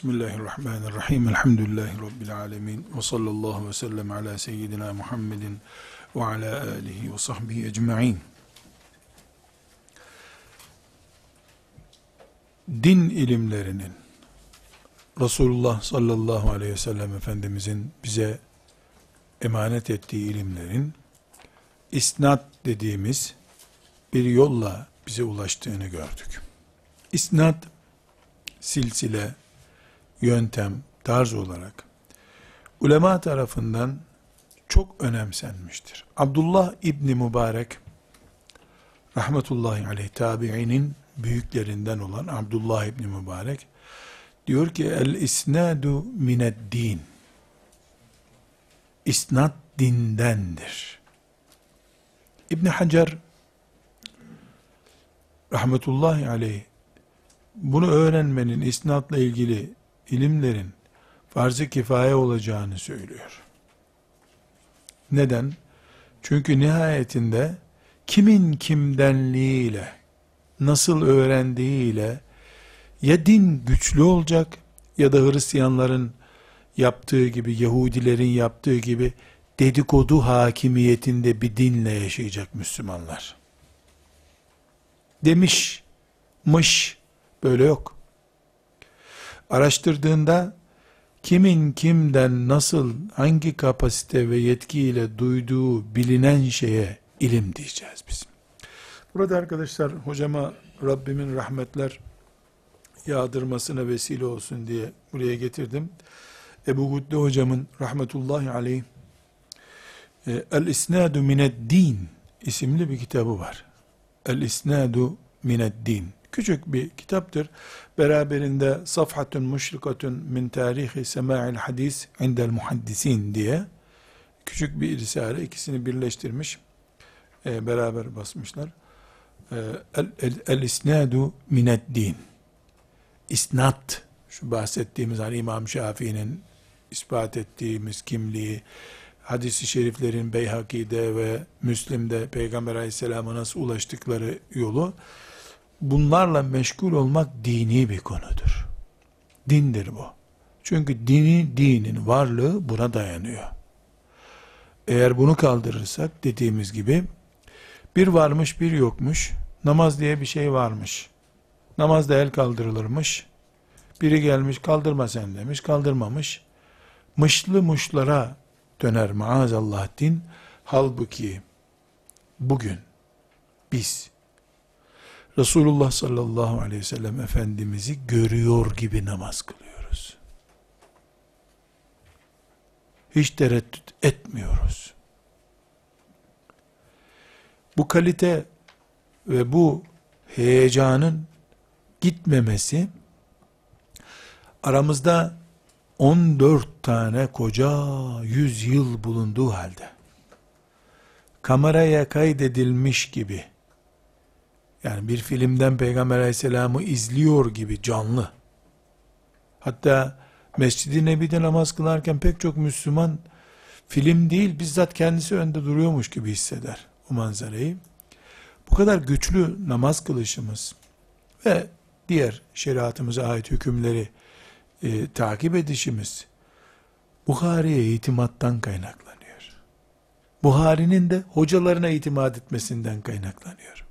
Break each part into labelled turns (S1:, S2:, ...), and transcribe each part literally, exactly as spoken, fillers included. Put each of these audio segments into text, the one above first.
S1: Bismillahirrahmanirrahim. Elhamdülillahi Rabbil alemin. Ve sallallahu ve sellem ala seyyidina Muhammedin ve ala alihi ve sahbihi ecma'in. Din ilimlerinin, Resulullah sallallahu aleyhi ve sellem Efendimizin bize emanet ettiği ilimlerin, isnat dediğimiz bir yolla bize ulaştığını gördük. İsnat, silsile, yöntem, tarz olarak ulema tarafından çok önemsenmiştir. Abdullah İbni Mübarek rahmetullahi aleyh, tabiinin büyüklerinden olan Abdullah İbni Mübarek diyor ki el isnadu mined din, isnat dindendir. İbn Hacer rahmetullahi aleyh bunu öğrenmenin, isnatla ilgili ilimlerin farz-ı kifaye olacağını söylüyor. Neden? Çünkü nihayetinde kimin kimdenliğiyle, nasıl öğrendiğiyle ya din güçlü olacak ya da Hristiyanların yaptığı gibi, Yahudilerin yaptığı gibi dedikodu hakimiyetinde bir dinle yaşayacak Müslümanlar. Demiş, mış, böyle yok. Araştırdığında kimin kimden nasıl, hangi kapasite ve yetkiyle duyduğu bilinen şeye ilim diyeceğiz biz. Burada arkadaşlar hocama Rabbimin rahmetler yağdırmasına vesile olsun diye buraya getirdim. Ebu Gudde hocamın rahmetullahi aleyh El İsnadu Mined Din isimli bir kitabı var. El İsnadu Mined Din. Küçük bir kitaptır. Beraberinde Safhatun Muşrikatun min Tarihi Sema'il Hadis indel Muhaddisin diye küçük bir risale, ikisini birleştirmiş, e, beraber basmışlar. E, el, el, el İsnadu Mined Din. İsnat, şu bahsettiğimiz hani İmam Şafii'nin ispat ettiğimiz kimliği, hadis-i şeriflerin Beyhaki'de ve Müslim'de Peygamber Aleyhisselam'a nasıl ulaştıkları yolu, bunlarla meşgul olmak dini bir konudur. Dindir bu. Çünkü dini, dinin varlığı buna dayanıyor. Eğer bunu kaldırırsak dediğimiz gibi bir varmış bir yokmuş, namaz diye bir şey varmış. Namazda el kaldırılırmış. Biri gelmiş kaldırma sen demiş, kaldırmamış. Mışlı muşlara döner maazallah din. Halbuki bugün biz Resulullah sallallahu aleyhi ve sellem Efendimiz'i görüyor gibi namaz kılıyoruz. Hiç tereddüt etmiyoruz. Bu kalite ve bu heyecanın gitmemesi, aramızda on dört tane koca yüz yıl bulunduğu halde, kameraya kaydedilmiş gibi, yani bir filmden Peygamber Aleyhisselam'ı izliyor gibi canlı. Hatta Mescid-i Nebi'de namaz kılarken pek çok Müslüman film değil, bizzat kendisi önde duruyormuş gibi hisseder o manzarayı. Bu kadar güçlü namaz kılışımız ve diğer şeriatımıza ait hükümleri e, takip edişimiz Buhari'ye itimattan kaynaklanıyor. Buhari'nin de hocalarına itimat etmesinden kaynaklanıyor.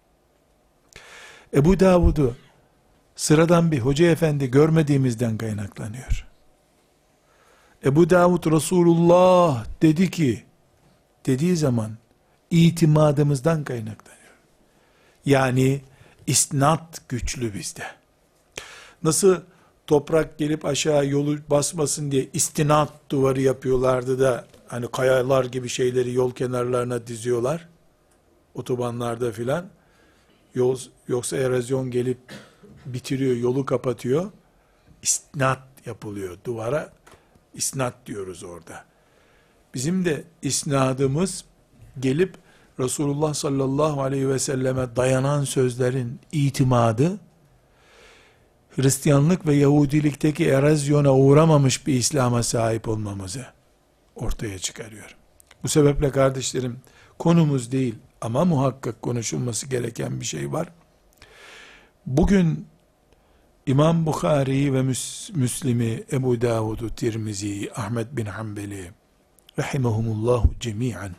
S1: Ebu Davud'u sıradan bir hoca efendi görmediğimizden kaynaklanıyor. Ebu Davud Resulullah dedi ki dediği zaman itimadımızdan kaynaklanıyor. Yani isnat güçlü bizde. Nasıl toprak gelip aşağı yolu basmasın diye istinat duvarı yapıyorlardı da hani kayalar gibi şeyleri yol kenarlarına diziyorlar. Otobanlarda filan. Yol, yoksa erozyon gelip bitiriyor, yolu kapatıyor. İsnat yapılıyor duvara. İsnat diyoruz orada. Bizim de isnadımız gelip Resulullah sallallahu aleyhi ve selleme dayanan sözlerin itimadı, Hristiyanlık ve Yahudilikteki erozyona uğramamış bir İslam'a sahip olmamızı ortaya çıkarıyor. Bu sebeple kardeşlerim, konumuz değil ama muhakkak konuşulması gereken bir şey var. Bugün İmam Bukhari ve Müs Müslim'i, Ebu Davud'u, Tirmizi'yi, Ahmed bin Hanbel'i, rahimehumullahu cemiyen,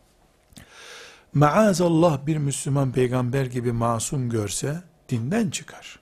S1: maazallah bir Müslüman peygamber gibi masum görse, dinden çıkar.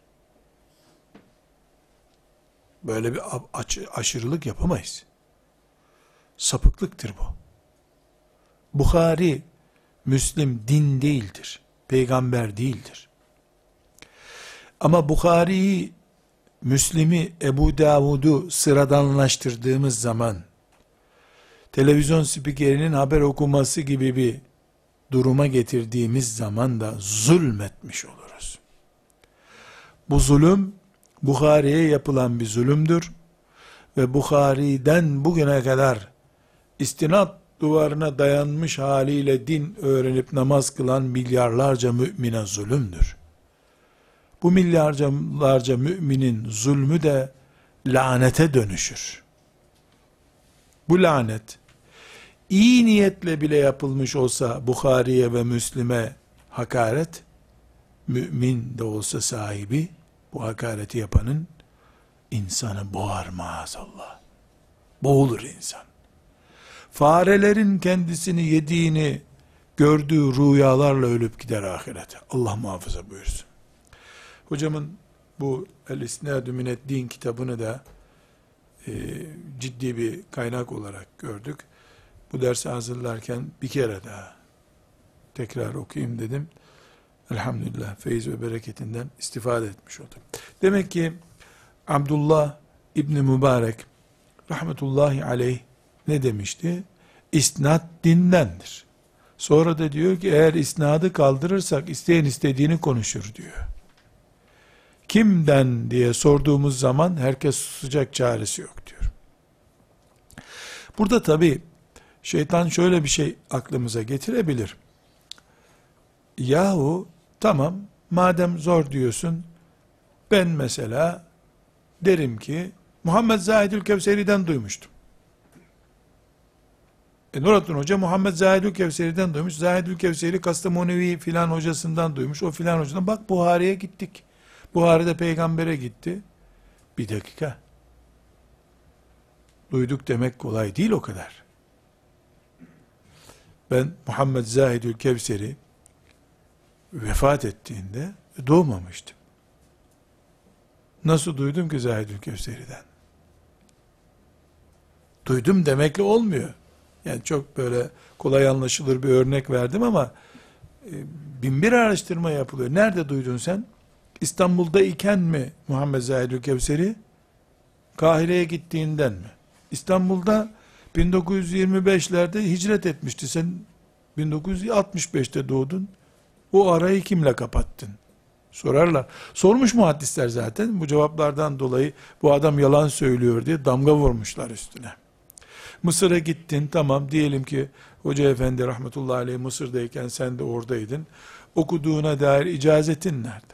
S1: Böyle bir aşırılık yapamayız. Sapıklıktır bu. Bukhari, Müslim din değildir. Peygamber değildir. Ama Bukhari'yi, Müslim'i, Ebu Davud'u sıradanlaştırdığımız zaman, televizyon spikerinin haber okuması gibi bir duruma getirdiğimiz zaman da zulmetmiş oluruz. Bu zulüm, Bukhari'ye yapılan bir zulümdür. Ve Bukhari'den bugüne kadar istinat duvarına dayanmış haliyle din öğrenip namaz kılan milyarlarca mümine zulümdür. Bu milyarlarca müminin zulmü de lanete dönüşür. Bu lanet, iyi niyetle bile yapılmış olsa Bukhari'ye ve Müslim'e hakaret, mümin de olsa sahibi, bu hakareti yapanın insanı boğar maazallah. Boğulur insan. Farelerin kendisini yediğini gördüğü rüyalarla ölüp gider ahirete. Allah muhafaza buyursun. Hocamın bu El-İsnâdü Mineddin kitabını da e, ciddi bir kaynak olarak gördük. Bu dersi hazırlarken bir kere daha tekrar okuyayım dedim. Elhamdülillah feyiz ve bereketinden istifade etmiş olduk. Demek ki Abdullah İbni Mübarek rahmetullahi aleyh ne demişti? İsnad dindendir. Sonra da diyor ki eğer isnadı kaldırırsak isteyen istediğini konuşur diyor. Kimden diye sorduğumuz zaman herkes susacak çaresi yok diyor. Burada tabi şeytan şöyle bir şey aklımıza getirebilir. Yahu tamam madem zor diyorsun, ben mesela derim ki Muhammed Zahidül Kevseri'den duymuştum. E Nurattin Hoca Muhammed Zahidül Kevseri'den duymuş. Zahidül Kevseri Kastamonevi filan hocasından duymuş. O filan hocadan. Bak Buhari'ye gittik. Buhari'de peygambere gitti. Bir dakika. Duyduk demek kolay değil o kadar. Ben Muhammed Zahidül Kevseri vefat ettiğinde doğmamıştım. Nasıl duydum ki Zahidül Kevseri'den? Duydum demekle olmuyor. Yani çok böyle kolay anlaşılır bir örnek verdim ama e, bin bir araştırma yapılıyor. Nerede duydun sen? İstanbul'da iken mi Muhammed Zahidül Kevseri? Kahire'ye gittiğinden mi? İstanbul'da bin dokuz yüz yirmi beşlerde hicret etmişti. Sen bin dokuz yüz altmış beşte doğdun. O arayı kimle kapattın? Sorarlar. Sormuş muhaddisler zaten. Bu cevaplardan dolayı bu adam yalan söylüyor diye damga vurmuşlar üstüne. Mısır'a gittin, tamam, diyelim ki Hoca Efendi rahmetullahi aleyh Mısır'dayken sen de oradaydın. Okuduğuna dair icazetin nerede?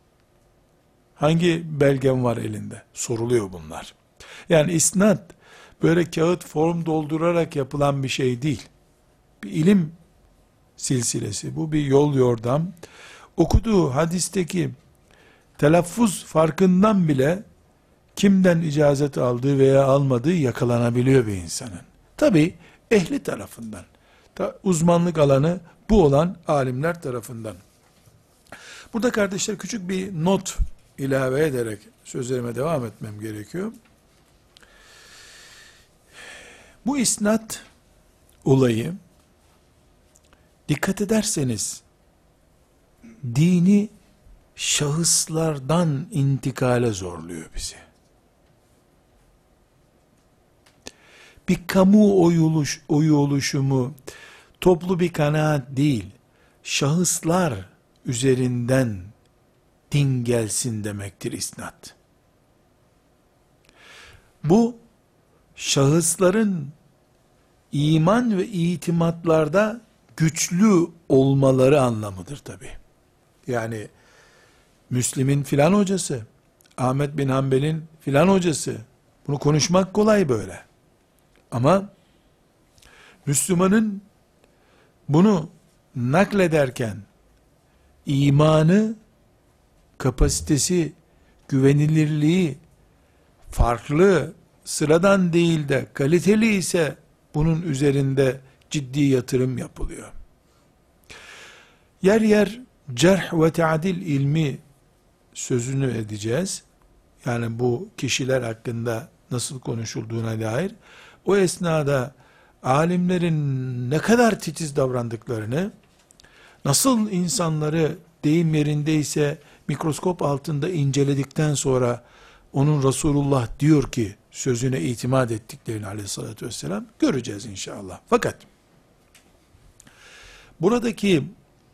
S1: Hangi belgen var elinde? Soruluyor bunlar. Yani isnat böyle kağıt form doldurarak yapılan bir şey değil. Bir ilim silsilesi. Bu bir yol yordam. Okuduğu hadisteki telaffuz farkından bile kimden icazet aldığı veya almadığı yakalanabiliyor bir insanın. Tabi ehli tarafından, ta uzmanlık alanı bu olan alimler tarafından. Burada kardeşler küçük bir not ilave ederek sözlerime devam etmem gerekiyor. Bu isnat olayı dikkat ederseniz dini şahıslardan intikale zorluyor bizi. Bir kamu oyuluş, oyu oluşumu, toplu bir kanaat değil, şahıslar üzerinden din gelsin demektir isnat. Bu, şahısların iman ve itimatlarda güçlü olmaları anlamıdır tabi. Yani, Müslim'in filan hocası, Ahmet bin Hanbel'in filan hocası, bunu konuşmak kolay böyle. Ama, Müslümanın bunu naklederken, imanı, kapasitesi güvenilirliği farklı, sıradan değil de kaliteli ise bunun üzerinde ciddi yatırım yapılıyor. Yer yer cerh ve ta'dil ilmi sözünü edeceğiz. Yani bu kişiler hakkında nasıl konuşulduğuna dair. O esnada alimlerin ne kadar titiz davrandıklarını, nasıl insanları deyim yerindeyse mikroskop altında inceledikten sonra onun Resulullah diyor ki sözüne itimat ettiklerini aleyhissalatü vesselam göreceğiz inşallah. Fakat buradaki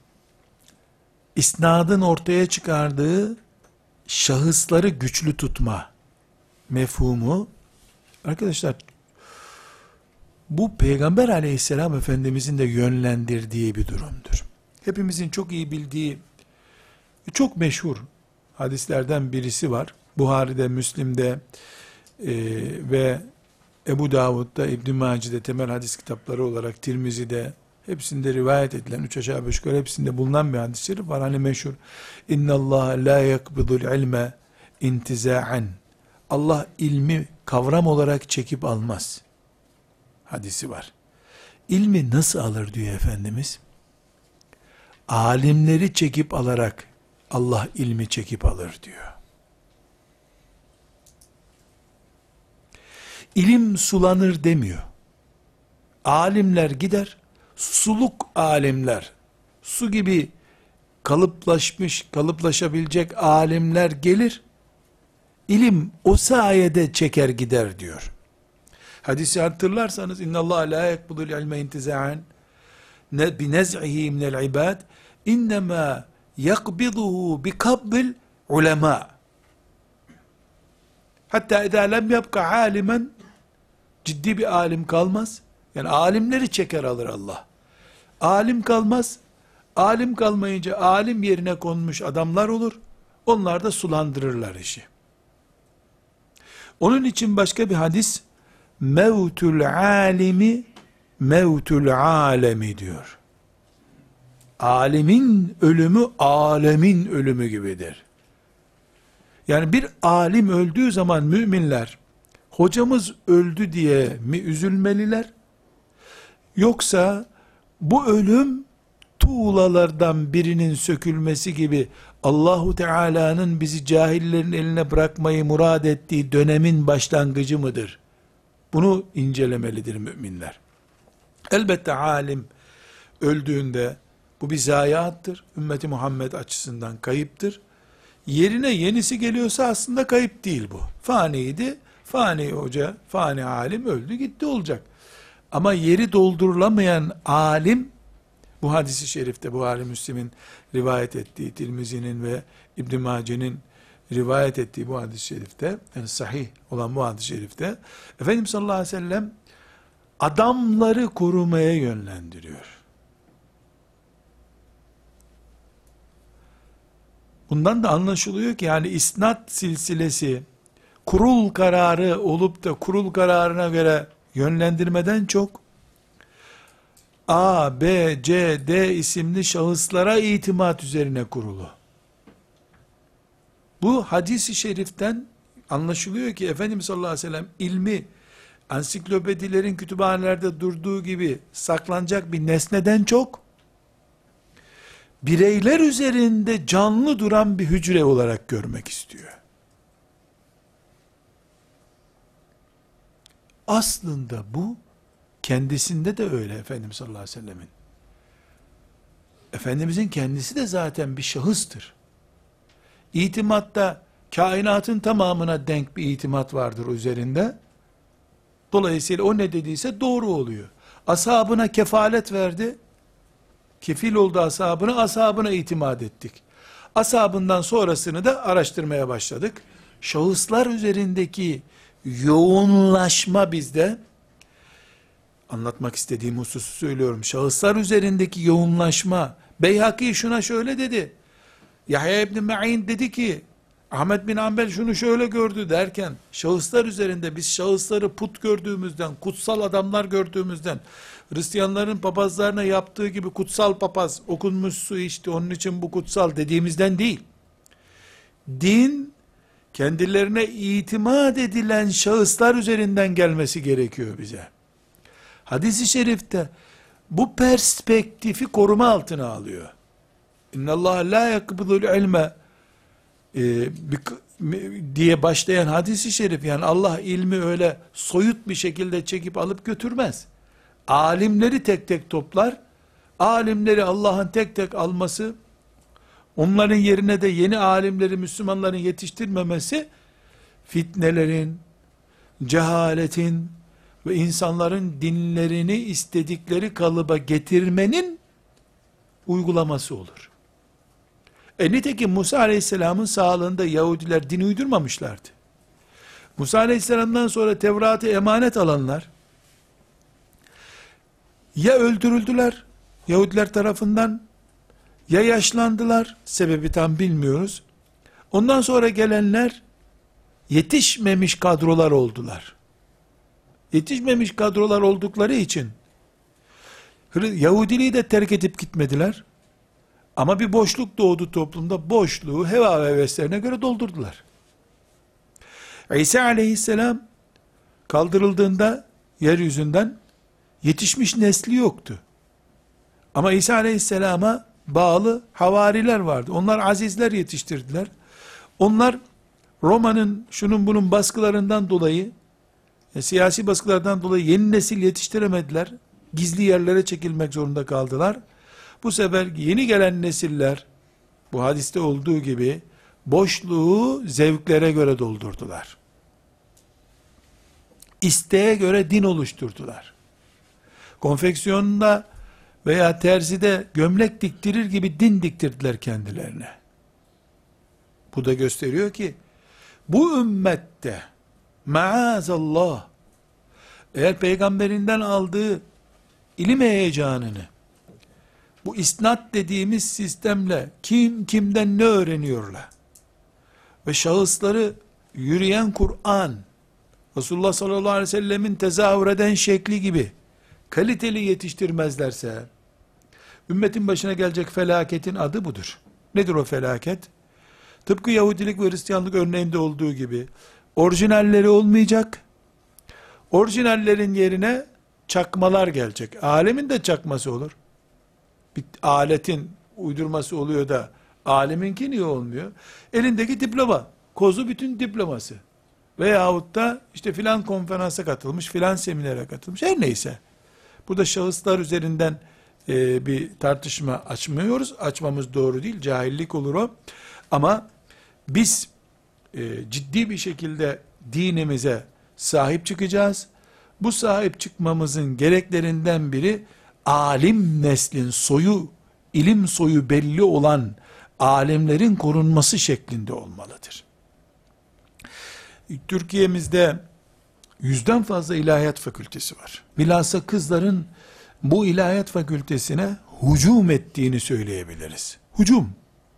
S1: isnadın ortaya çıkardığı şahısları güçlü tutma mefhumu, arkadaşlar, bu Peygamber aleyhisselam Efendimizin de yönlendirdiği bir durumdur. Hepimizin çok iyi bildiği, çok meşhur hadislerden birisi var. Buhari'de, Müslim'de e, ve Ebu Davud'da, İbn-i Mace'de temel hadis kitapları olarak, Tirmizi'de, hepsinde rivayet edilen, üç aşağı beş yukarı hepsinde bulunan bir hadis-i şerif var. Hani meşhur, اِنَّ اللّٰهَ لَا يَقْبِضُ الْعِلْمَ اِنْتِزَاعًا, Allah ilmi kavram olarak çekip almaz hadisi var. İlmi nasıl alır diyor Efendimiz? Alimleri çekip alarak Allah ilmi çekip alır diyor. İlim sulanır demiyor. Alimler gider, suluk alimler, su gibi kalıplaşmış, kalıplaşabilecek alimler gelir, İlim o sayede çeker gider diyor. Hadisi hatırlarsanız, اِنَّ اللّٰهَ لَا يَكْبُضُ الْعِلْمَ اِنْتِزَاعًا بِنَزْعِهِ مِنَ الْعِبَادِ اِنَّمَا يَقْبِضُهُ بِقَبْضِ الْعُلَمَاءِ hatta اِذَا لَمْ يَبْقَ عَالِمًا, ciddi bir alim kalmaz. Yani alimleri çeker alır Allah. Alim kalmaz. Alim kalmayınca alim yerine konmuş adamlar olur. Onlar da sulandırırlar işi. Onun için başka bir hadis, mevtul alimi mevtul alemi diyor. Alimin ölümü alemin ölümü gibidir. Yani bir alim öldüğü zaman müminler, hocamız öldü diye mi üzülmeliler? Yoksa bu ölüm tuğlalardan birinin sökülmesi gibi Allahu Teala'nın bizi cahillerin eline bırakmayı murad ettiği dönemin başlangıcı mıdır? Bunu incelemelidir müminler. Elbette alim öldüğünde bu bir zayiattır. Ümmeti Muhammed açısından kayıptır. Yerine yenisi geliyorsa aslında kayıp değil bu. Faniydi. Fani hoca, fani alim öldü gitti olacak. Ama yeri doldurulamayan alim, bu hadisi şerifte, Buhari Müslim'in rivayet ettiği, Tirmizi'nin ve İbn-i Mace'nin rivayet ettiği bu hadis-i şerifte, yani sahih olan bu hadis-i şerifte, Efendimiz sallallahu aleyhi ve sellem adamları korumaya yönlendiriyor. Bundan da anlaşılıyor ki, yani isnat silsilesi, kurul kararı olup da kurul kararına göre yönlendirmeden çok, A, B, C, D isimli şahıslara itimat üzerine kurulu. Bu hadis-i şeriften anlaşılıyor ki Efendimiz sallallahu aleyhi ve sellem ilmi ansiklopedilerin kütüphanelerde durduğu gibi saklanacak bir nesneden çok, bireyler üzerinde canlı duran bir hücre olarak görmek istiyor. Aslında bu kendisinde de öyle Efendimiz sallallahu aleyhi ve sellemin. Efendimizin kendisi de zaten bir şahıstır. İtimatta kainatın tamamına denk bir itimat vardır üzerinde. Dolayısıyla o ne dediyse doğru oluyor. Ashabına kefalet verdi. Kefil oldu ashabına, ashabına itimat ettik. Ashabından sonrasını da araştırmaya başladık. Şahıslar üzerindeki yoğunlaşma bizde, anlatmak istediğim hususu söylüyorum. Şahıslar üzerindeki yoğunlaşma, Beyhaki şuna şöyle dedi, Yahya İbni Ma'in dedi ki, Ahmet bin Hanbel şunu şöyle gördü derken, şahıslar üzerinde biz şahısları put gördüğümüzden, kutsal adamlar gördüğümüzden, Hristiyanların papazlarına yaptığı gibi kutsal papaz, okunmuş su içti, onun için bu kutsal dediğimizden değil. Din, kendilerine itimat edilen şahıslar üzerinden gelmesi gerekiyor bize. Hadis-i şerifte bu perspektifi koruma altına alıyor. İnna Allah la yakbudul ilme diye başlayan hadis-i şerif, yani Allah ilmi öyle soyut bir şekilde çekip alıp götürmez. Alimleri tek tek toplar. Alimleri Allah'ın tek tek alması, onların yerine de yeni alimleri Müslümanların yetiştirmemesi, fitnelerin, cehaletin ve insanların dinlerini istedikleri kalıba getirmenin uygulaması olur. E nitekim Musa Aleyhisselam'ın sağlığında Yahudiler din uydurmamışlardı. Musa Aleyhisselam'dan sonra Tevrat'ı emanet alanlar, ya öldürüldüler Yahudiler tarafından, ya yaşlandılar, sebebi tam bilmiyoruz. Ondan sonra gelenler yetişmemiş kadrolar oldular. Yetişmemiş kadrolar oldukları için Yahudiliği de terk edip gitmediler. Ama bir boşluk doğdu toplumda. Boşluğu heva ve heveslerine göre doldurdular. İsa aleyhisselam kaldırıldığında yeryüzünden yetişmiş nesli yoktu. Ama İsa aleyhisselama bağlı havariler vardı. Onlar azizler yetiştirdiler. Onlar Roma'nın şunun bunun baskılarından dolayı, e, siyasi baskılardan dolayı yeni nesil yetiştiremediler. Gizli yerlere çekilmek zorunda kaldılar. Bu sefer yeni gelen nesiller, bu hadiste olduğu gibi, boşluğu zevklere göre doldurdular. İsteğe göre din oluşturdular. Konfeksiyonda veya terzide gömlek diktirir gibi din diktirdiler kendilerine. Bu da gösteriyor ki, bu ümmette, maazallah, eğer peygamberinden aldığı ilim heyecanını, bu isnat dediğimiz sistemle, kim kimden ne öğreniyorlar, ve şahısları yürüyen Kur'an, Resulullah sallallahu aleyhi ve sellemin tezahür eden şekli gibi, kaliteli yetiştirmezlerse, ümmetin başına gelecek felaketin adı budur. Nedir o felaket? Tıpkı Yahudilik ve Hristiyanlık örneğinde olduğu gibi, orijinalleri olmayacak, orijinallerin yerine çakmalar gelecek. Alemin de çakması olur. Bir aletin uydurması oluyor da, aleminki niye olmuyor? Elindeki diploma, kozu bütün diploması. Veyahut da işte filan konferansa katılmış, filan seminere katılmış, her neyse. Burada şahıslar üzerinden e, bir tartışma açmıyoruz. Açmamız doğru değil, cahillik olur o. Ama biz e, ciddi bir şekilde dinimize sahip çıkacağız. Bu sahip çıkmamızın gereklerinden biri, alim neslin soyu, ilim soyu belli olan alimlerin korunması şeklinde olmalıdır. Türkiye'mizde yüzden fazla ilahiyat fakültesi var. Bilhassa kızların bu ilahiyat fakültesine hücum ettiğini söyleyebiliriz. Hücum.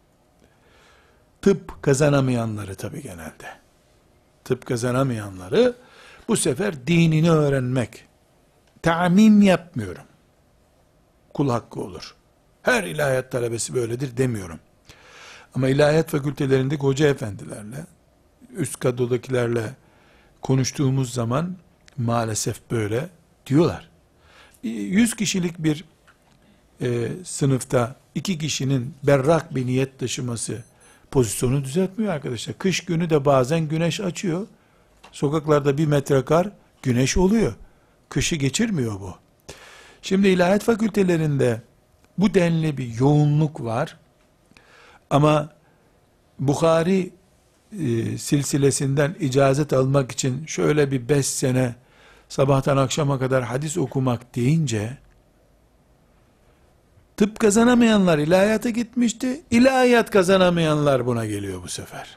S1: Tıp kazanamayanları tabii genelde. Tıp kazanamayanları bu sefer dinini öğrenmek. Ta'mim yapmıyorum. Kul hakkı olur. Her ilahiyat talebesi böyledir demiyorum. Ama ilahiyat fakültelerindeki hoca efendilerle, üst kadrodakilerle konuştuğumuz zaman maalesef böyle diyorlar. Yüz kişilik bir e, sınıfta iki kişinin berrak bir niyet taşıması pozisyonu düzeltmiyor arkadaşlar. Kış günü de bazen güneş açıyor. Sokaklarda bir metre kar, güneş oluyor. Kışı geçirmiyor bu. Şimdi ilahiyat fakültelerinde bu denli bir yoğunluk var. Ama Bukhari e, silsilesinden icazet almak için şöyle bir beş sene sabahtan akşama kadar hadis okumak deyince, tıp kazanamayanlar ilahiyata gitmişti, ilahiyat kazanamayanlar buna geliyor bu sefer.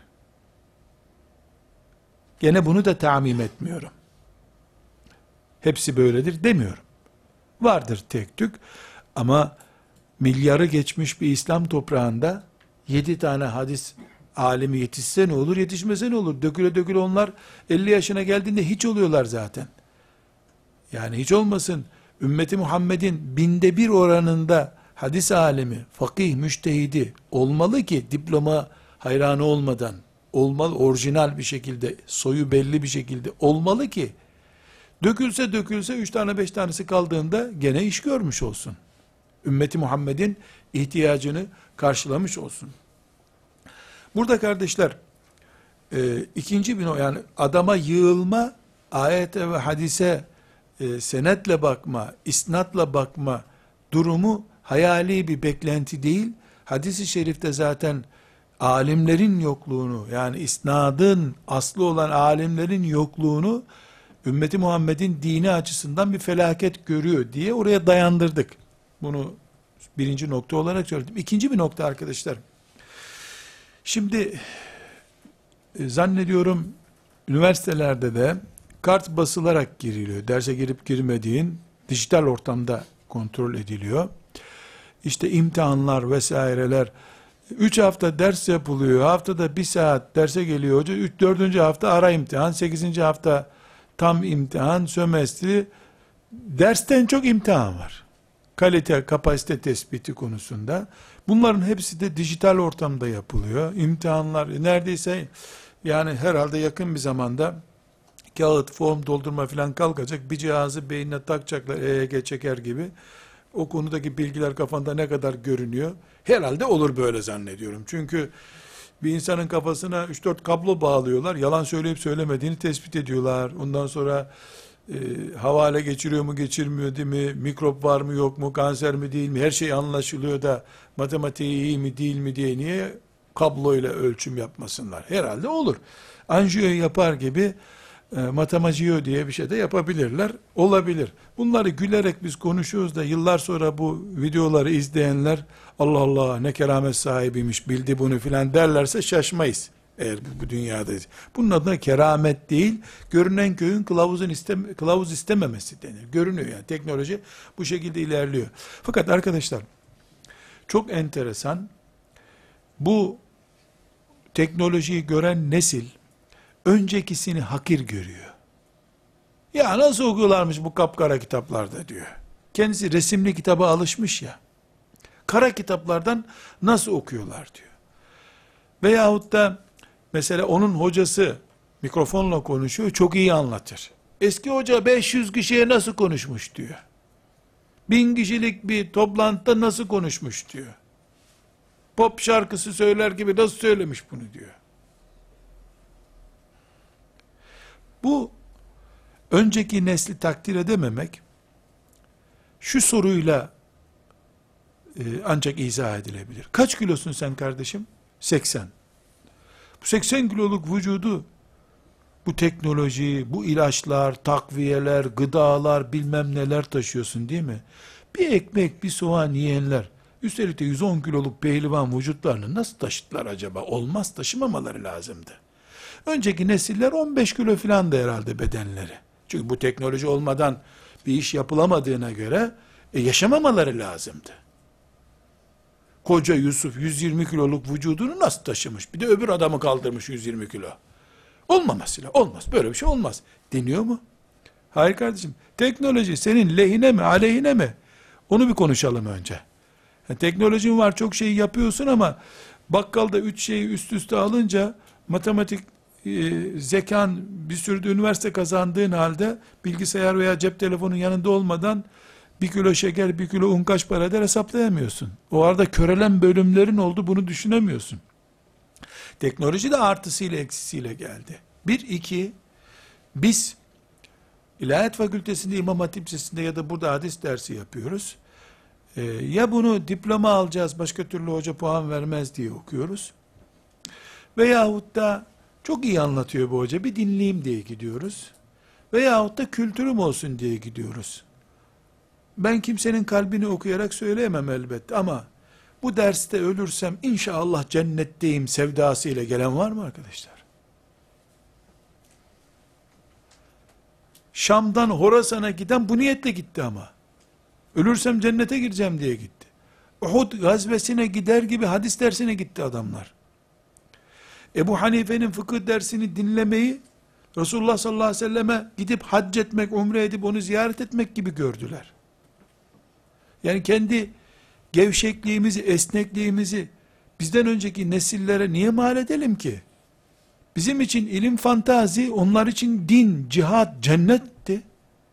S1: Gene bunu da tamim etmiyorum. Hepsi böyledir demiyorum. Vardır tek tük, ama milyarı geçmiş bir İslam toprağında yedi tane hadis alimi yetişse ne olur, yetişmese ne olur? Döküle döküle onlar elli yaşına geldiğinde hiç oluyorlar zaten. Yani hiç olmasın, ümmeti Muhammed'in binde bir oranında hadis alimi, fakih, müştehidi olmalı ki diploma hayranı olmadan olmalı, orijinal bir şekilde, soyu belli bir şekilde olmalı ki, dökülse dökülse üç tane beş tanesi kaldığında gene iş görmüş olsun. Ümmeti Muhammed'in ihtiyacını karşılamış olsun. Burada kardeşler, e, ikinci bir, yani adama yığılma, ayete ve hadise e, senetle bakma, isnatla bakma durumu hayali bir beklenti değil. Hadis-i şerifte zaten alimlerin yokluğunu, yani isnadın aslı olan alimlerin yokluğunu ümmeti Muhammed'in dini açısından bir felaket görüyor diye oraya dayandırdık. Bunu birinci nokta olarak söyledim. İkinci bir nokta arkadaşlar. Şimdi e, zannediyorum üniversitelerde de kart basılarak giriliyor. Derse girip girmediğin dijital ortamda kontrol ediliyor. İşte imtihanlar vesaireler. Üç hafta ders yapılıyor. Haftada bir saat derse geliyor hoca. Üç, dördüncü hafta ara imtihan. Sekizinci hafta tam imtihan, sömestri. Dersten çok imtihan var. Kalite, kapasite tespiti konusunda. Bunların hepsi de dijital ortamda yapılıyor. İmtihanlar neredeyse, yani herhalde yakın bir zamanda kağıt, form doldurma falan kalkacak. Bir cihazı beynine takacaklar, E E G çeker gibi. O konudaki bilgiler kafanda ne kadar görünüyor? Herhalde olur böyle zannediyorum. Çünkü bir insanın kafasına üç dört kablo bağlıyorlar. Yalan söyleyip söylemediğini tespit ediyorlar. Ondan sonra e, havale geçiriyor mu geçirmiyor değil mi? Mikrop var mı yok mu? Kanser mi değil mi? Her şey anlaşılıyor da matematiği iyi mi değil mi diye niye kabloyla ölçüm yapmasınlar? Herhalde olur. Anjiyo yapar gibi e, matematiği diye bir şey de yapabilirler. Olabilir. Bunları gülerek biz konuşuyoruz da yıllar sonra bu videoları izleyenler Allah Allah ne keramet sahibiymiş bildi bunu filan derlerse şaşmayız. Eğer bu, bu dünyadayız. Bunun adına keramet değil, görünen köyün kılavuzun istem kılavuz istememesi denir. Görünüyor yani, teknoloji bu şekilde ilerliyor. Fakat arkadaşlar çok enteresan, bu teknolojiyi gören nesil öncekisini hakir görüyor. Ya nasıl okuyorlarmış bu kapkara kitaplarda diyor. Kendisi resimli kitaba alışmış ya. Kara kitaplardan nasıl okuyorlar diyor. Veyahut da mesela onun hocası mikrofonla konuşuyor, çok iyi anlatır. Eski hoca beş yüz kişiye nasıl konuşmuş diyor. Bin kişilik bir toplantıda nasıl konuşmuş diyor. Pop şarkısı söyler gibi nasıl söylemiş bunu diyor. Bu önceki nesli takdir edememek şu soruyla e, ancak izah edilebilir. Kaç kilosun sen kardeşim? seksen. Bu seksen kiloluk vücudu bu teknoloji, bu ilaçlar, takviyeler, gıdalar bilmem neler taşıyorsun değil mi? Bir ekmek, bir soğan yiyenler, üstelik de yüz on kiloluk pehlivan vücutlarını nasıl taşıttılar acaba? Olmaz, taşımamaları lazımdı. Önceki nesiller on beş kilo filan da herhalde bedenleri. Çünkü bu teknoloji olmadan bir iş yapılamadığına göre e, yaşamamaları lazımdı. Koca Yusuf yüz yirmi kiloluk vücudunu nasıl taşımış? Bir de öbür adamı kaldırmış yüz yirmi kilo. Olmaması lazım. Olmaz. Böyle bir şey olmaz. Deniyor mu? Hayır kardeşim. Teknoloji senin lehine mi, aleyhine mi? Onu bir konuşalım önce. Yani teknolojin var, çok şey yapıyorsun ama bakkalda üç şeyi üst üste alınca matematik e, zekan bir sürü de üniversite kazandığın halde bilgisayar veya cep telefonun yanında olmadan bir kilo şeker, bir kilo un kaç para eder hesaplayamıyorsun. O arada körelen bölümlerin oldu, bunu düşünemiyorsun. Teknoloji de artısıyla eksisiyle geldi. Bir, iki, biz İlahiyat Fakültesinde, İmam Hatip Lisesi'nde ya da burada hadis dersi yapıyoruz. Ee, ya bunu diploma alacağız, başka türlü hoca puan vermez diye okuyoruz. Veyahut da çok iyi anlatıyor bu hoca, bir dinleyeyim diye gidiyoruz. Veyahut da kültürüm olsun diye gidiyoruz. Ben kimsenin kalbini okuyarak söyleyemem elbette ama bu derste ölürsem inşallah cennetteyim sevdasıyla gelen var mı arkadaşlar? Şam'dan Horasan'a giden bu niyetle gitti ama. Ölürsem cennete gireceğim diye gitti. Uhud gazvesine gider gibi hadis dersine gitti adamlar. Ebu Hanife'nin fıkıh dersini dinlemeyi Resulullah sallallahu aleyhi ve selleme gidip hac etmek, umre edip onu ziyaret etmek gibi gördüler. Yani kendi gevşekliğimizi, esnekliğimizi bizden önceki nesillere niye mal edelim ki? Bizim için ilim fantazi, onlar için din, cihat, cennetti.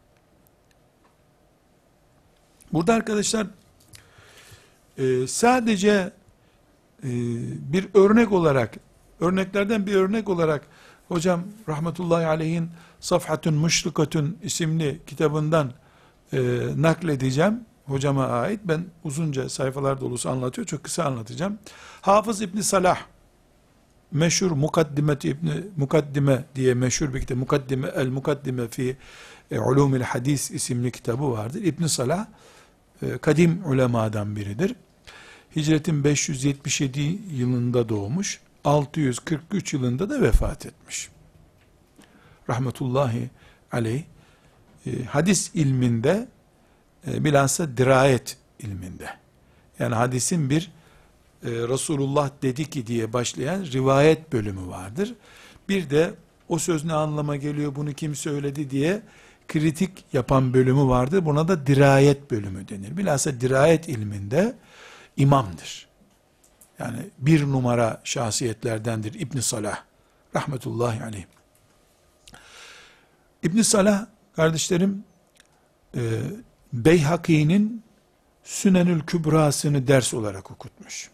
S1: Burada arkadaşlar e, sadece e, bir örnek olarak, örneklerden bir örnek olarak hocam rahmetullahi aleyhin Safhatun Müşrikatun isimli kitabından e, nakledeceğim. Hocama ait. Ben uzunca sayfalar dolusu anlatıyor. Çok kısa anlatacağım. Hafız İbn Salah meşhur Mukaddimet İbn Mukaddime diye meşhur bir kitap. Mukaddime el Mukaddime fi e, Ulumul Hadis isimli kitabı vardır. İbn Salah e, kadim ulemadan biridir. Hicretin beş yüz yetmiş yedi yılında doğmuş. altı yüz kırk üç yılında da vefat etmiş. Rahmetullahi aleyh. E, hadis ilminde e, bilhassa dirayet ilminde. Yani hadisin bir e, Resulullah dedi ki diye başlayan rivayet bölümü vardır. Bir de o söz ne anlama geliyor, bunu kim söyledi diye kritik yapan bölümü vardır. Buna da dirayet bölümü denir. Bilhassa dirayet ilminde imamdır. Yani bir numara şahsiyetlerdendir İbn Salah rahmetullahi aleyh. İbn Salah kardeşlerim e, Beyhaki'nin Sünenül Kübrasını ders olarak okutmuş.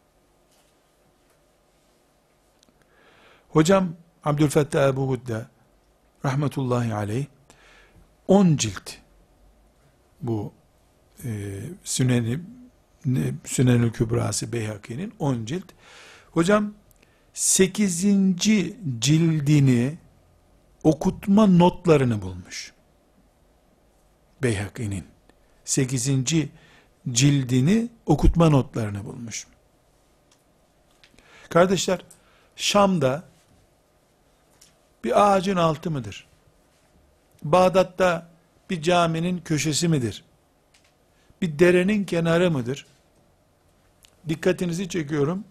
S1: Hocam Abdülfettah Ebu Hudda rahmetullahi aleyh on cilt bu e, Sünen'i Sünenül Kübrası Beyhaki'nin on cilt. Hocam sekizinci cildini okutma notlarını bulmuş. Beyhaki'nin sekizinci cildini okutma notlarını bulmuş. Kardeşler, Şam'da bir ağacın altı mıdır? Bağdat'ta bir caminin köşesi midir? Bir derenin kenarı mıdır? Dikkatinizi çekiyorum.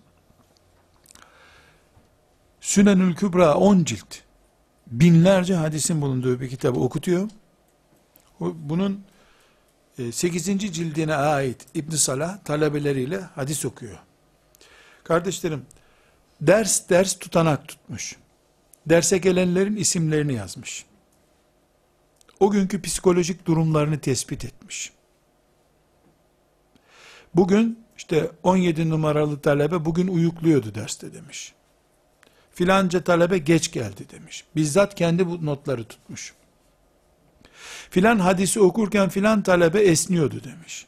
S1: Sünenül Kübra on cilt. Binlerce hadisin bulunduğu bir kitabı okutuyor. Bunun sekizinci cildine ait İbn Salah talebeleriyle hadis okuyor. Kardeşlerim, ders ders tutanak tutmuş. Derse gelenlerin isimlerini yazmış. O günkü psikolojik durumlarını tespit etmiş. Bugün işte on yedi numaralı talebe bugün uyukluyordu derste demiş. Filanca talebe geç geldi demiş. Bizzat kendi bu notları tutmuş. Filan hadisi okurken filan talebe esniyordu demiş.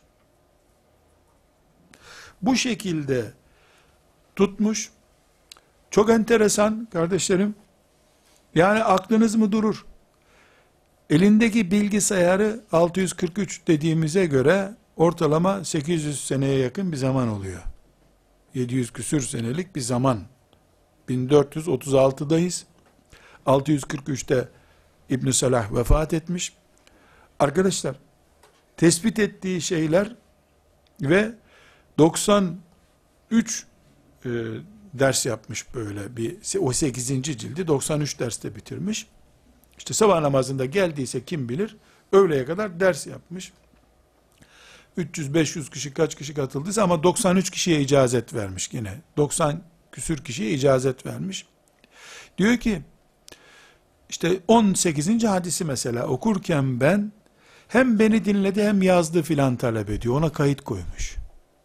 S1: Bu şekilde tutmuş. Çok enteresan kardeşlerim. Yani aklınız mı durur? Elindeki bilgisayarı altı yüz kırk üç dediğimize göre ortalama sekiz yüz seneye yakın bir zaman oluyor. yedi yüz küsür senelik bir zaman. bin dört yüz otuz altıdayız. altı yüz kırk üçte İbn Salah vefat etmiş. Arkadaşlar, tespit ettiği şeyler ve doksan üç e, ders yapmış böyle bir, o sekizinci cildi doksan üç derste bitirmiş. İşte sabah namazında geldiyse kim bilir, öğleye kadar ders yapmış. üç yüz beş yüz kişi kaç kişi katıldıysa ama doksan üç kişiye icazet vermiş yine. doksan küsür kişiye icazet vermiş. Diyor ki, işte on sekizinci hadisi mesela okurken ben, hem beni dinledi hem yazdı filan talebe diyor. Ona kayıt koymuş.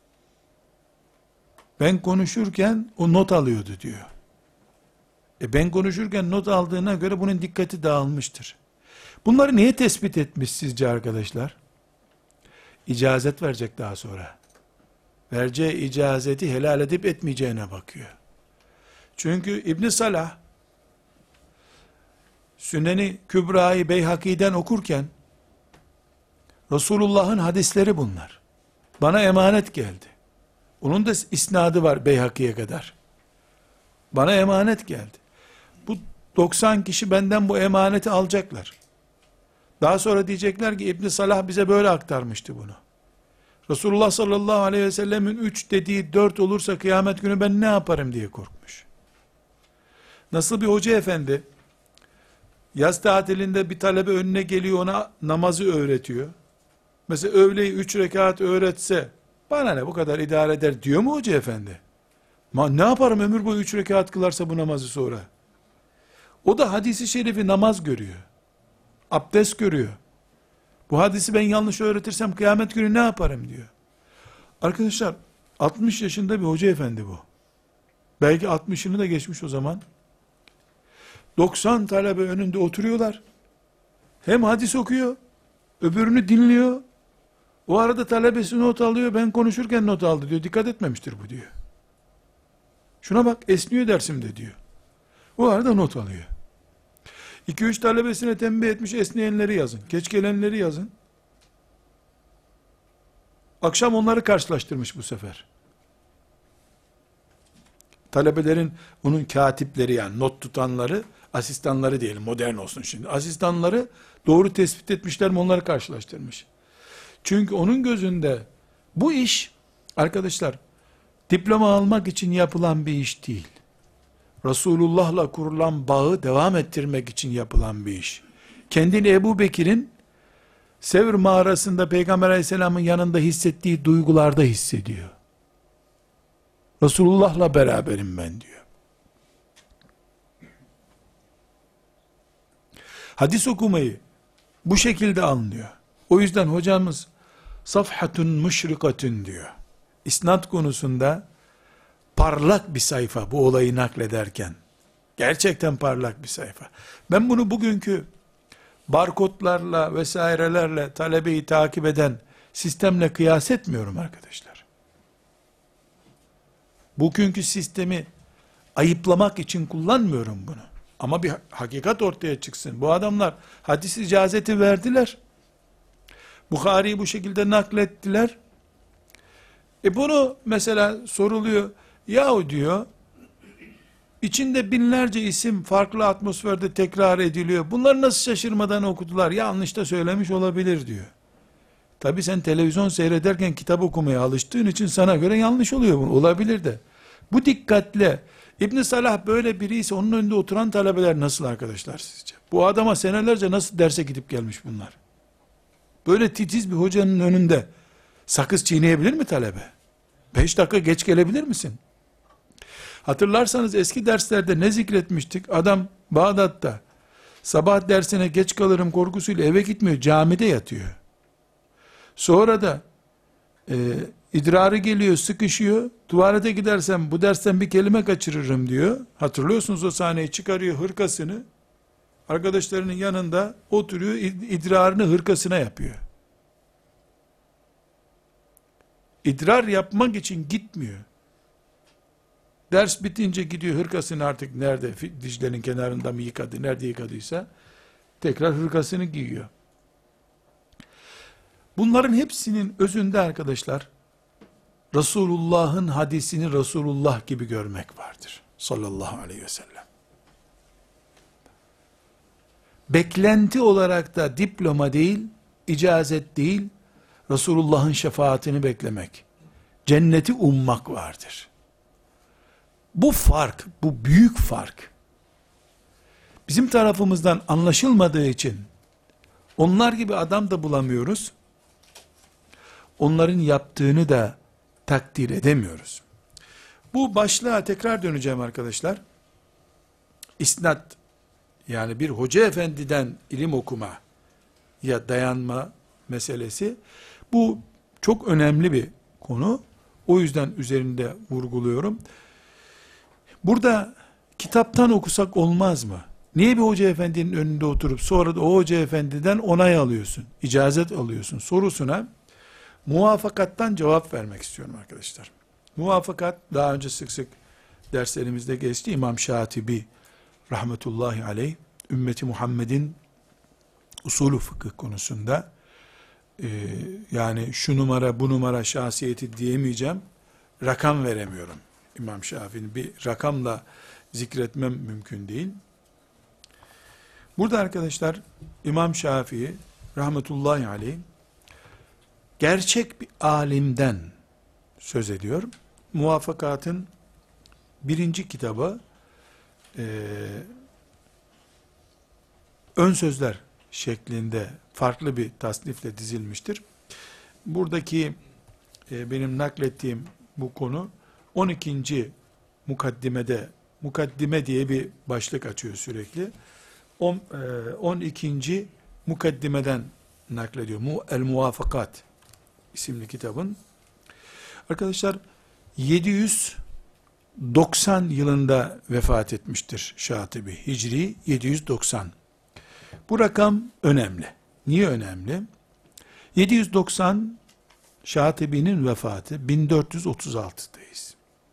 S1: Ben konuşurken o not alıyordu diyor. E ben konuşurken not aldığına göre bunun dikkati dağılmıştır. Bunları niye tespit etmiş sizce arkadaşlar? İcazet verecek daha sonra. Vereceği icazeti helal edip etmeyeceğine bakıyor. Çünkü İbn Salah Süneni Kübra'yı Beyhaki'den okurken Resulullah'ın hadisleri bunlar. Bana emanet geldi. Onun da isnadı var Beyhaki'ye kadar. Bana emanet geldi. Bu doksan kişi benden bu emaneti alacaklar. Daha sonra diyecekler ki İbn Salah bize böyle aktarmıştı bunu. Resulullah sallallahu aleyhi ve sellemin üç dediği dört olursa kıyamet günü ben ne yaparım diye korkmuş. Nasıl bir hoca efendi yaz tatilinde bir talebe önüne geliyor, ona namazı öğretiyor. Mesela öğleyi üç rekat öğretse bana ne, bu kadar idare eder diyor mu hoca efendi? Ma, ne yaparım ömür boyu üç rekat kılarsa bu namazı sonra? O da hadisi şerifi namaz görüyor. Abdest görüyor. Bu hadisi ben yanlış öğretirsem kıyamet günü ne yaparım diyor. Arkadaşlar altmış yaşında bir hoca efendi bu. Belki altmışını da geçmiş o zaman. doksan talebe önünde oturuyorlar. Hem hadis okuyor, öbürünü dinliyor. O arada talebesi not alıyor, ben konuşurken not aldı diyor. Dikkat etmemiştir bu diyor. Şuna bak, esniyor dersimde diyor. O arada not alıyor. iki üç talebesine tembih etmiş, esneyenleri yazın. Geç gelenleri yazın. Akşam onları karşılaştırmış bu sefer. Talebelerin, onun katipleri, yani not tutanları, asistanları diyelim, modern olsun şimdi. Asistanları doğru tespit etmişler mi, onları karşılaştırmış. Çünkü onun gözünde bu iş, arkadaşlar, diploma almak için yapılan bir iş değil. Resulullah'la kurulan bağı devam ettirmek için yapılan bir iş. Kendini Ebu Bekir'in Sevr mağarasında Peygamber aleyhisselamın yanında hissettiği duygularda hissediyor. Resulullah'la beraberim ben diyor. Hadis okumayı bu şekilde anlıyor. O yüzden hocamız safhatun müşrikatun diyor. İsnat konusunda parlak bir sayfa bu olayı naklederken. Gerçekten parlak bir sayfa. Ben bunu bugünkü barkodlarla vesairelerle talebeyi takip eden sistemle kıyas etmiyorum arkadaşlar. Bugünkü sistemi ayıplamak için kullanmıyorum bunu. Ama bir hakikat ortaya çıksın. Bu adamlar hadis icazeti verdiler. Bukhari'yi bu şekilde naklettiler. E bunu mesela soruluyor. Yahu diyor, içinde binlerce isim farklı atmosferde tekrar ediliyor. Bunları nasıl şaşırmadan okudular? Yanlış da söylemiş olabilir diyor. Tabi sen televizyon seyrederken kitap okumaya alıştığın için sana göre yanlış oluyor bu. Olabilir de. Bu dikkatle İbn Salah böyle biri ise onun önünde oturan talebeler nasıl arkadaşlar sizce? Bu adama senelerce nasıl derse gidip gelmiş bunlar? Böyle titiz bir hocanın önünde sakız çiğneyebilir mi talebe? Beş dakika geç gelebilir misin? Hatırlarsanız eski derslerde ne zikretmiştik? Adam Bağdat'ta sabah dersine geç kalırım korkusuyla eve gitmiyor, camide yatıyor. Sonra da e, idrarı geliyor, sıkışıyor. Tuvalete gidersem bu dersten bir kelime kaçırırım diyor. Hatırlıyorsunuz o sahneyi, çıkarıyor hırkasını. Arkadaşlarının yanında oturuyor, idrarını hırkasına yapıyor. İdrar yapmak için gitmiyor. Ders bitince gidiyor hırkasını, artık nerede, Dicle'nin kenarında mı yıkadı, nerede yıkadıysa tekrar hırkasını giyiyor. Bunların hepsinin özünde arkadaşlar Resulullah'ın hadisini Resulullah gibi görmek vardır. Sallallahu aleyhi ve sellem. Beklenti olarak da diploma değil, icazet değil, Resulullah'ın şefaatini beklemek, cenneti ummak vardır. Bu fark, bu büyük fark, bizim tarafımızdan anlaşılmadığı için, onlar gibi adam da bulamıyoruz, onların yaptığını da takdir edemiyoruz. Bu başlığa tekrar döneceğim arkadaşlar. İsnat, yani bir hoca efendiden ilim okuma ya dayanma meselesi, bu çok önemli bir konu. O yüzden üzerinde vurguluyorum. Burada kitaptan okusak olmaz mı? Niye bir hoca efendinin önünde oturup sonra da o hoca efendiden onay alıyorsun, icazet alıyorsun sorusuna muvafakattan cevap vermek istiyorum arkadaşlar. Muvafakat, daha önce sık sık derslerimizde geçti. İmam Şatibi rahmetullahi aleyh, ümmeti Muhammed'in usulü fıkıh konusunda e, yani şu numara bu numara şahsiyeti diyemeyeceğim, rakam veremiyorum. İmam Şafii'nin bir rakamla zikretmem mümkün değil. Burada arkadaşlar İmam Şafii rahmetullahi aleyh gerçek bir alimden söz ediyor. Muvafakatın birinci kitabı e, ön sözler şeklinde farklı bir tasnifle dizilmiştir. Buradaki e, benim naklettiğim bu konu on ikinci mukaddimede mukaddime diye bir başlık açıyor sürekli. on ikinci mukaddimeden naklediyor. El Muvafakat isimli kitabın. Arkadaşlar yedi yüz doksan yılında vefat etmiştir Şatibi. Hicri yedi yüz doksan. Bu rakam önemli. Niye önemli? yedi yüz doksan Şatibi'nin vefatı, bin dört yüz otuz altıdayız.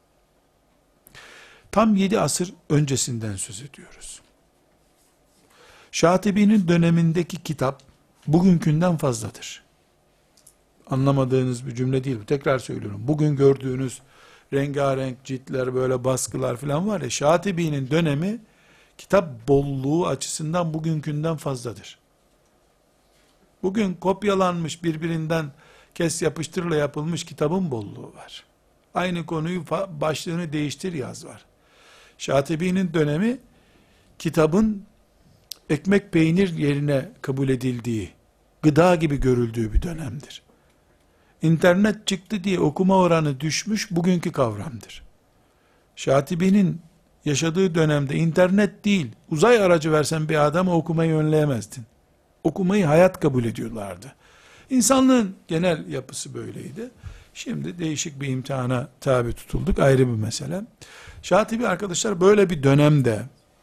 S1: Tam yedi asır öncesinden söz ediyoruz. Şatibi'nin dönemindeki kitap bugünkünden fazladır. Anlamadığınız bir cümle değil. Tekrar söylüyorum. Bugün gördüğünüz rengarenk ciltler, böyle baskılar falan var ya, Şatibi'nin dönemi kitap bolluğu açısından bugünkünden fazladır. Bugün kopyalanmış, birbirinden kes yapıştırla yapılmış kitabın bolluğu var. Aynı konuyu başlığını değiştir yaz var. Şatibi'nin dönemi kitabın ekmek peynir yerine kabul edildiği, gıda gibi görüldüğü bir dönemdir. İnternet çıktı diye okuma oranı düşmüş bugünkü kavramdır. Şatibi'nin yaşadığı dönemde internet değil, uzay aracı versen bir adama okumayı önleyemezdin. Okumayı hayat kabul ediyorlardı. İnsanlığın genel yapısı böyleydi. Şimdi değişik bir imtihana tabi tutulduk, ayrı bir mesele. Şatibi arkadaşlar böyle bir dönemde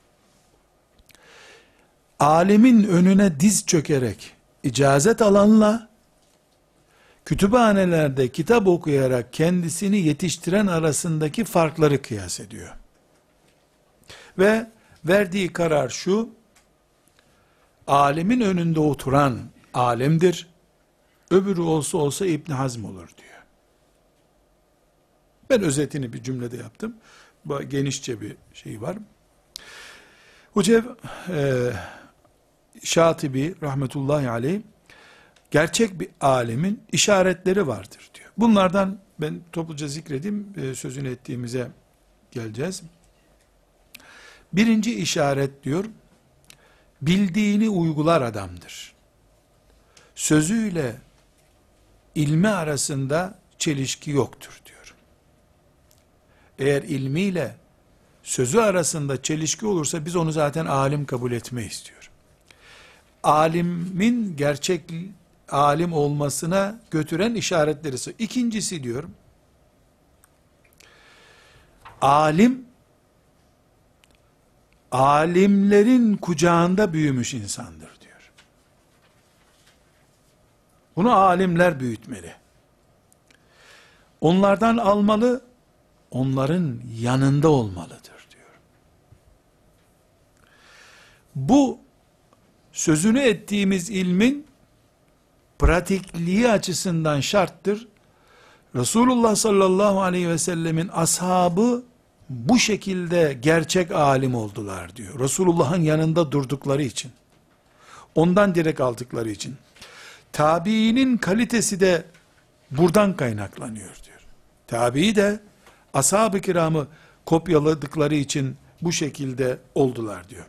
S1: alimin önüne diz çökerek icazet alanla kütüphanelerde kitap okuyarak kendisini yetiştiren arasındaki farkları kıyas ediyor. Ve verdiği karar şu: alimin önünde oturan alimdir, öbürü olsa olsa İbn Hazm olur diyor. Ben özetini bir cümlede yaptım. Bu genişçe bir şey var. Hucev e, Şatibi rahmetullahi aleyh gerçek bir alimin işaretleri vardır diyor. Bunlardan ben topluca zikredeyim, e, sözünü ettiğimize geleceğiz. Birinci işaret diyor, bildiğini uygular adamdır. Sözüyle ilmi arasında çelişki yoktur diyor. Eğer ilmiyle sözü arasında çelişki olursa biz onu zaten alim kabul etmeyiz diyor. Alimin gerçek alim olmasına götüren işaretleri. İkincisi diyor, alim, alimlerin kucağında büyümüş insandır diyor. Bunu alimler büyütmeli. Onlardan almalı, onların yanında olmalıdır diyor. Bu sözünü ettiğimiz ilmin pratikliği açısından şarttır. Resulullah sallallahu aleyhi ve sellemin ashabı bu şekilde gerçek alim oldular diyor. Resulullah'ın yanında durdukları için. Ondan direkt aldıkları için. Tabiinin kalitesi de buradan kaynaklanıyor diyor. Tabii de ashab-ı kiramı kopyaladıkları için bu şekilde oldular diyor.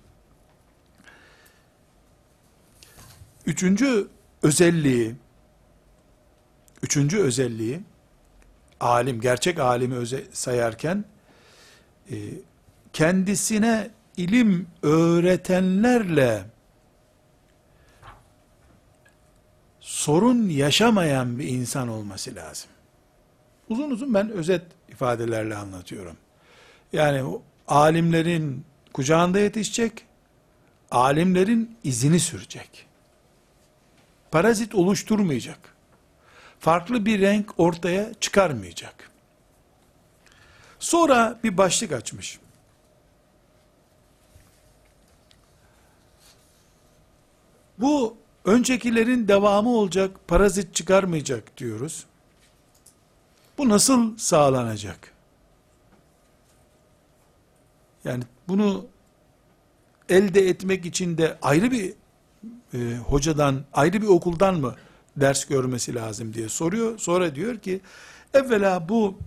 S1: Üçüncü özelliği, üçüncü özelliği, alim, gerçek alimi öze, sayarken, e, kendisine ilim öğretenlerle sorun yaşamayan bir insan olması lazım. Uzun uzun ben özet ifadelerle anlatıyorum. Yani o, alimlerin kucağında yetişecek, alimlerin izini sürecek. Parazit oluşturmayacak. Farklı bir renk ortaya çıkarmayacak. Sonra bir başlık açmış. Bu öncekilerin devamı olacak, parazit çıkarmayacak diyoruz. Bu nasıl sağlanacak? Yani bunu elde etmek için de ayrı bir e, hocadan, ayrı bir okuldan mı ders görmesi lazım diye soruyor. Sonra diyor ki, evvela bu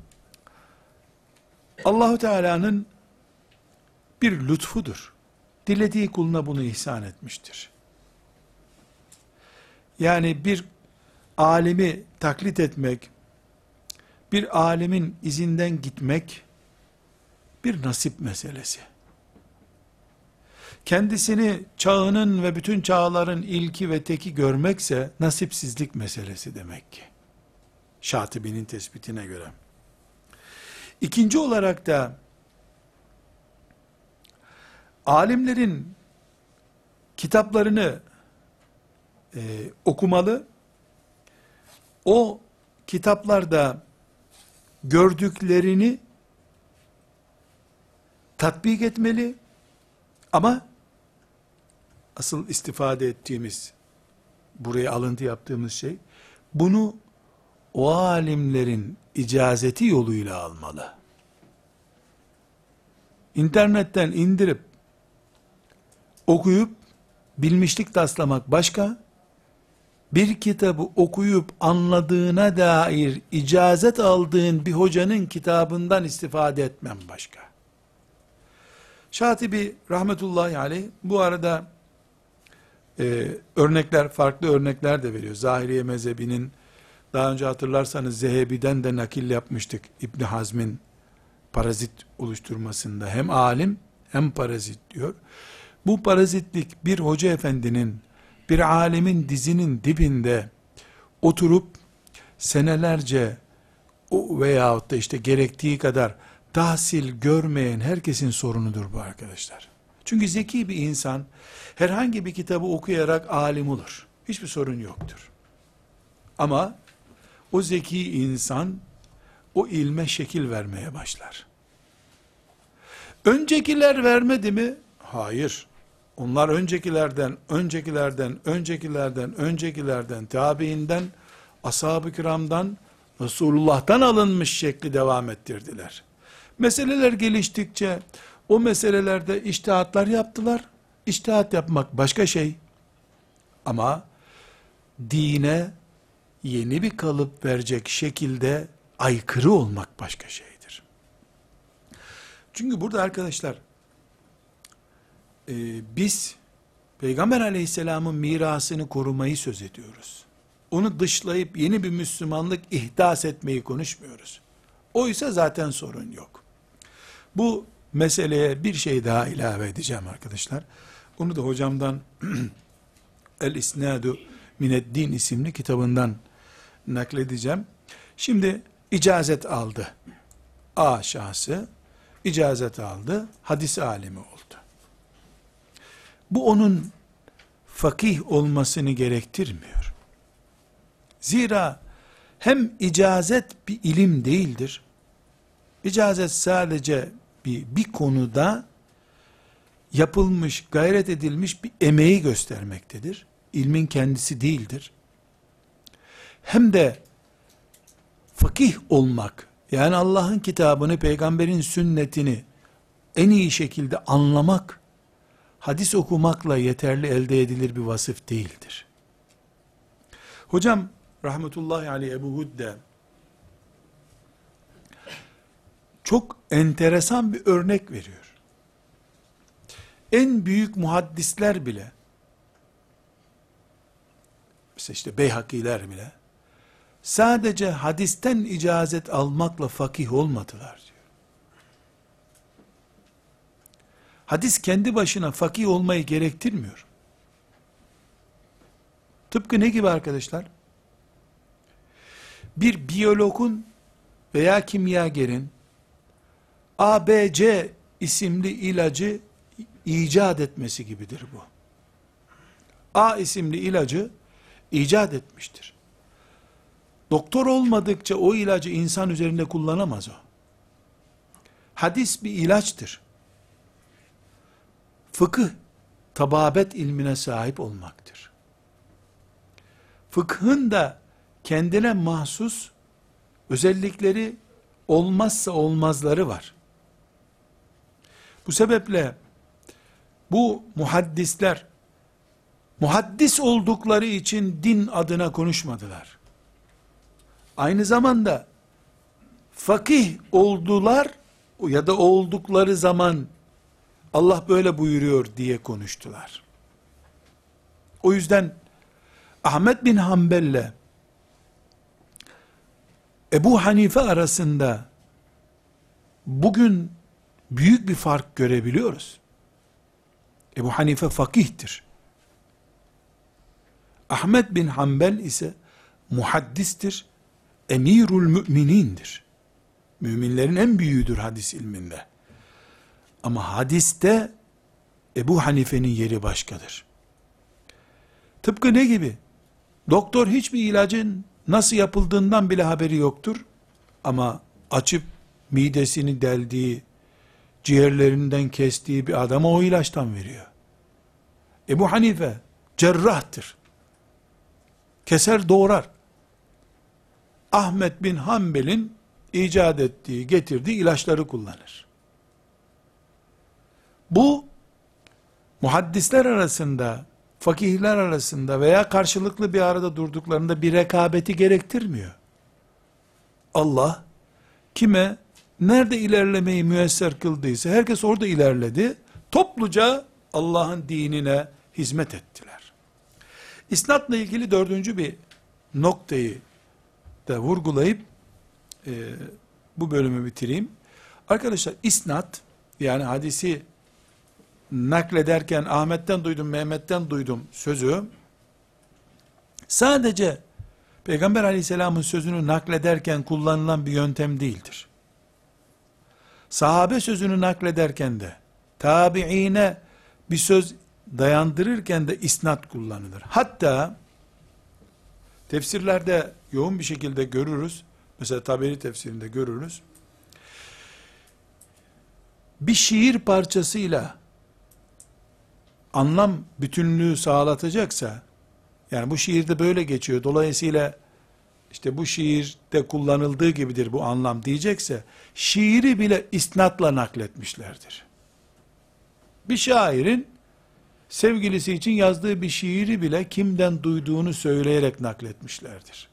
S1: Allahu Teala'nın bir lütfudur. Dilediği kuluna bunu ihsan etmiştir. Yani bir alimi taklit etmek, bir alimin izinden gitmek, bir nasip meselesi. Kendisini çağının ve bütün çağların ilki ve teki görmekse nasipsizlik meselesi demek ki. Şatibi'nin tespitine göre. İkinci olarak da alimlerin kitaplarını e, okumalı. O kitaplarda gördüklerini tatbik etmeli. Ama asıl istifade ettiğimiz, buraya alıntı yaptığımız şey, bunu o alimlerin icazeti yoluyla almalı. İnternetten indirip okuyup bilmişlik taslamak başka, bir kitabı okuyup anladığına dair icazet aldığın bir hocanın kitabından istifade etmem başka. Şatibi rahmetullahi aleyh bu arada e, örnekler, farklı örnekler de veriyor. Zahiriye mezhebinin, daha önce hatırlarsanız Zehebi'den de nakil yapmıştık. İbn Hazm'in parazit oluşturmasında hem alim hem parazit diyor. Bu parazitlik bir hoca efendinin, bir alemin dizinin dibinde oturup senelerce o veyahut da işte gerektiği kadar tahsil görmeyen herkesin sorunudur bu arkadaşlar. Çünkü zeki bir insan herhangi bir kitabı okuyarak alim olur. Hiçbir sorun yoktur. Ama o zeki insan o ilme şekil vermeye başlar. Öncekiler vermedi mi? Hayır. Onlar öncekilerden, öncekilerden, öncekilerden, öncekilerden, tabiinden, ashab-ı kiramdan, Resulullah'tan alınmış şekli devam ettirdiler. Meseleler geliştikçe o meselelerde içtihatlar yaptılar. İçtihat yapmak başka şey. Ama dine yeni bir kalıp verecek şekilde aykırı olmak başka şeydir. Çünkü burada arkadaşlar e, biz Peygamber aleyhisselamın mirasını korumayı söz ediyoruz. Onu dışlayıp yeni bir Müslümanlık ihdas etmeyi konuşmuyoruz. Oysa zaten sorun yok. Bu meseleye bir şey daha ilave edeceğim arkadaşlar. Onu da hocamdan El İsnadu Mineddin isimli kitabından nakledeceğim. Şimdi icazet aldı. A şahsı icazet aldı. Hadis alimi oldu. Bu onun fakih olmasını gerektirmiyor. Zira hem icazet bir ilim değildir. İcazet sadece bir, bir konuda yapılmış, gayret edilmiş bir emeği göstermektedir. İlmin kendisi değildir. Hem de fakih olmak, yani Allah'ın kitabını, peygamberin sünnetini en iyi şekilde anlamak, hadis okumakla yeterli elde edilir bir vasıf değildir. Hocam, rahmetullahi aleyh Ebu Hudde, çok enteresan bir örnek veriyor. En büyük muhaddisler bile, mesela işte Beyhakiler bile, sadece hadisten icazet almakla fakih olmadılar diyor. Hadis kendi başına fakih olmayı gerektirmiyor. Tıpkı ne gibi arkadaşlar? Bir biyologun veya kimyagerin A B C isimli ilacı icat etmesi gibidir bu. A isimli ilacı icat etmiştir. Doktor olmadıkça o ilacı insan üzerinde kullanamaz o. Hadis bir ilaçtır. Fıkıh, tababet ilmine sahip olmaktır. Fıkhın da kendine mahsus özellikleri, olmazsa olmazları var. Bu sebeple bu muhaddisler muhaddis oldukları için din adına konuşmadılar. Aynı zamanda fakih oldular ya da oldukları zaman Allah böyle buyuruyor diye konuştular. O yüzden Ahmet bin Hanbel'le Ebu Hanife arasında bugün büyük bir fark görebiliyoruz. Ebu Hanife fakihtir. Ahmet bin Hanbel ise muhaddistir, emirul müminindir. Müminlerin en büyüğüdür hadis ilminde. Ama hadiste Ebu Hanife'nin yeri başkadır. Tıpkı ne gibi? Doktor hiçbir ilacın nasıl yapıldığından bile haberi yoktur. Ama açıp midesini deldiği, ciğerlerinden kestiği bir adama o ilaçtan veriyor. Ebu Hanife cerrahtır. Keser doğrar. Ahmet bin Hanbel'in icat ettiği, getirdiği ilaçları kullanır. Bu, muhaddisler arasında, fakihler arasında veya karşılıklı bir arada durduklarında bir rekabeti gerektirmiyor. Allah, kime, nerede ilerlemeyi müyesser kıldıysa, herkes orada ilerledi, topluca Allah'ın dinine hizmet ettiler. İsnatla ilgili dördüncü bir noktayı da vurgulayıp, e, bu bölümü bitireyim. Arkadaşlar, isnat, yani hadisi naklederken Ahmet'ten duydum, Mehmet'ten duydum sözü, sadece Peygamber aleyhisselamın sözünü naklederken kullanılan bir yöntem değildir. Sahabe sözünü naklederken de, tabiine bir söz dayandırırken de isnat kullanılır. Hatta, tefsirlerde yoğun bir şekilde görürüz, mesela Taberi tefsirinde görürüz, bir şiir parçasıyla anlam bütünlüğü sağlatacaksa, yani bu şiirde böyle geçiyor, dolayısıyla işte bu şiirde kullanıldığı gibidir bu anlam diyecekse, şiiri bile isnatla nakletmişlerdir. Bir şairin sevgilisi için yazdığı bir şiiri bile kimden duyduğunu söyleyerek nakletmişlerdir.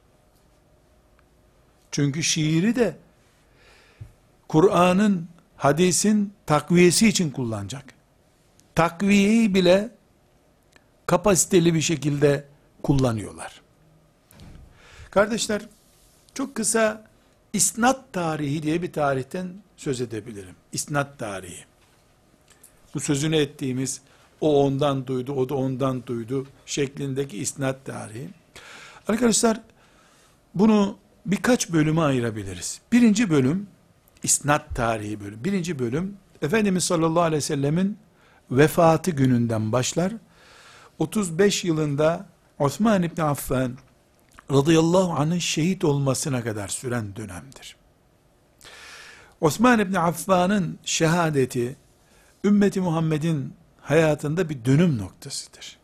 S1: Çünkü şiiri de Kur'an'ın, hadisin takviyesi için kullanacak. Takviyeyi bile kapasiteli bir şekilde kullanıyorlar. Kardeşler, çok kısa isnat tarihi diye bir tarihten söz edebilirim. İsnat tarihi. Bu sözünü ettiğimiz, o ondan duydu, o da ondan duydu şeklindeki isnat tarihi. Arkadaşlar, bunu birkaç bölüme ayırabiliriz. Birinci bölüm, isnat tarihi bölüm. Birinci bölüm, Efendimiz sallallahu aleyhi ve sellemin vefatı gününden başlar. otuz beş yılında Osman İbni Affan radıyallahu anh'ın şehit olmasına kadar süren dönemdir. Osman İbni Affan'ın şehadeti, ümmeti Muhammed'in hayatında bir dönüm noktasıdır.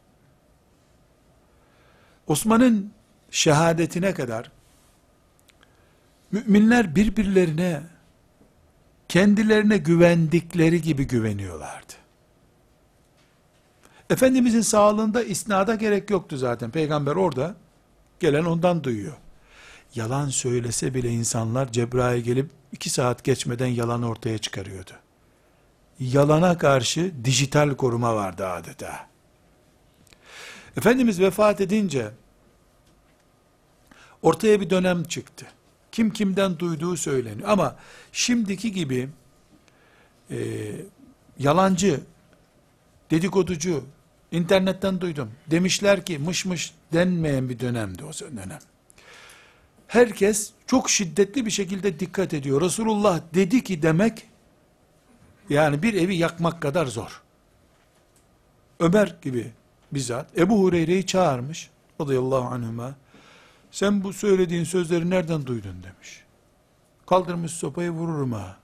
S1: Osman'ın şehadetine kadar, müminler birbirlerine, kendilerine güvendikleri gibi güveniyorlardı. Efendimizin sağlığında isnada gerek yoktu zaten. Peygamber orada, gelen ondan duyuyor. Yalan söylese bile insanlar, Cebrail gelip iki saat geçmeden yalan ortaya çıkarıyordu. Yalana karşı dijital koruma vardı adeta. Efendimiz vefat edince, ortaya bir dönem çıktı. Kim kimden duyduğu söyleniyor. Ama şimdiki gibi, e, yalancı, dedikoducu, internetten duydum, demişler ki mış mış denmeyen bir dönemdi o dönem. Herkes çok şiddetli bir şekilde dikkat ediyor. Resulullah dedi ki demek, yani bir evi yakmak kadar zor. Ömer gibi bizzat Ebu Hureyre'yi çağırmış, radıyallahu anhuma, sen bu söylediğin sözleri nereden duydun demiş. Kaldırmış sopayı, vururum ha.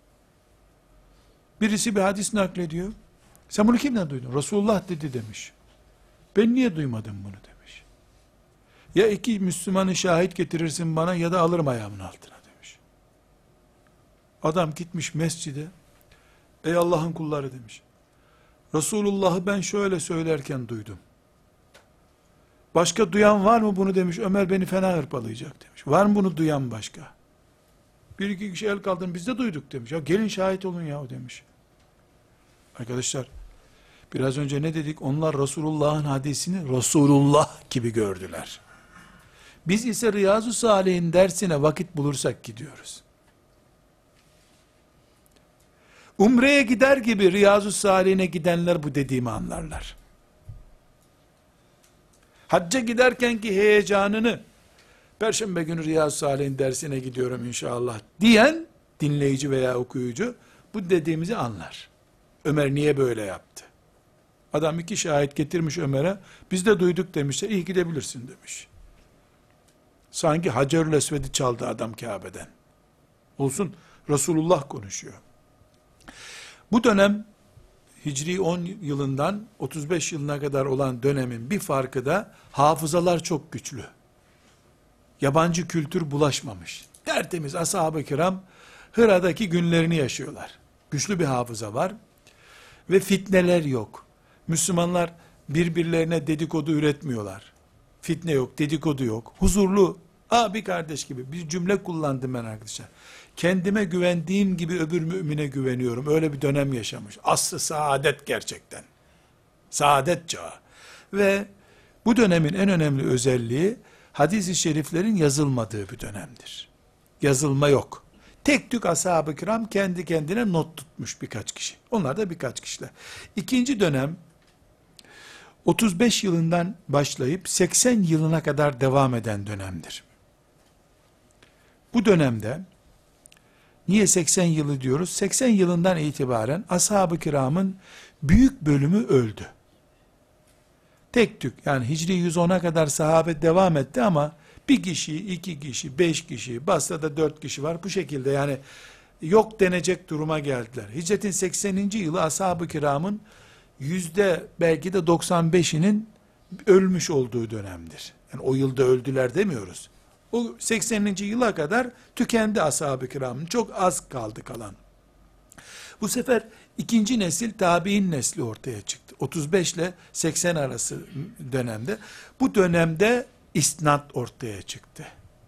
S1: Birisi bir hadis naklediyor, sen bunu kimden duydun? Resulullah dedi demiş. Ben niye duymadım bunu demiş. Ya iki Müslümanı şahit getirirsin bana, ya da alırım ayağımın altına demiş. Adam gitmiş mescide, ey Allah'ın kulları demiş, Resulullah'ı ben şöyle söylerken duydum. Başka duyan var mı bunu demiş. Ömer beni fena hırpalayacak demiş. Var mı bunu duyan başka? Bir iki kişi el kaldırın, biz de duyduk demiş. Ya gelin şahit olun ya demiş. Arkadaşlar, biraz önce ne dedik? Onlar Resulullah'ın hadisini Resulullah gibi gördüler. Biz ise Riyazu Salih'in dersine vakit bulursak gidiyoruz. Umre'ye gider gibi Riyazu Salihine gidenler bu dediğimi anlarlar. Hacca giderken ki heyecanını, Perşembe günü Riyazu Salih'in dersine gidiyorum inşallah diyen dinleyici veya okuyucu bu dediğimizi anlar. Ömer niye böyle yaptı? Adam iki şahit getirmiş Ömer'e, biz de duyduk demişler, iyi gidebilirsin demiş. Sanki Hacerül Esved'i çaldı adam Kabe'den. Olsun, Resulullah konuşuyor. Bu dönem Hicri on yılından otuz beş yılına kadar olan dönemin bir farkı da hafızalar çok güçlü. Yabancı kültür bulaşmamış. Tertemiz ashab-ı kiram Hıra'daki günlerini yaşıyorlar. Güçlü bir hafıza var ve fitneler yok. Müslümanlar birbirlerine dedikodu üretmiyorlar. Fitne yok, dedikodu yok. Huzurlu, abi kardeş gibi bir cümle kullandım ben arkadaşlar. Kendime güvendiğim gibi öbür mümine güveniyorum. Öyle bir dönem yaşamış. Aslı saadet gerçekten. Saadet çağı. Ve bu dönemin en önemli özelliği hadis-i şeriflerin yazılmadığı bir dönemdir. Yazılma yok. Tek tük ashab-ı kiram kendi kendine not tutmuş birkaç kişi. Onlar da birkaç kişiler. İkinci dönem otuz beş yılından başlayıp seksen yılına kadar devam eden dönemdir. Bu dönemde niye seksen yılı diyoruz? seksen yılından itibaren ashab-ı kiramın büyük bölümü öldü. Tek tük yani Hicri yüz ona kadar sahabe devam etti ama bir kişi, iki kişi, beş kişi, Basra'da dört kişi var. Bu şekilde yani yok denecek duruma geldiler. Hicretin sekseninci yılı ashab-ı kiramın yüzde belki de doksan beşinin ölmüş olduğu dönemdir. Yani o yılda öldüler demiyoruz. O sekseninci yıla kadar tükendi ashab-ı kiramın. Çok az kaldı kalan. Bu sefer ikinci nesil tabi'in nesli ortaya çıktı. otuz beş ile seksen arası dönemde. Bu dönemde isnat ortaya çıktı.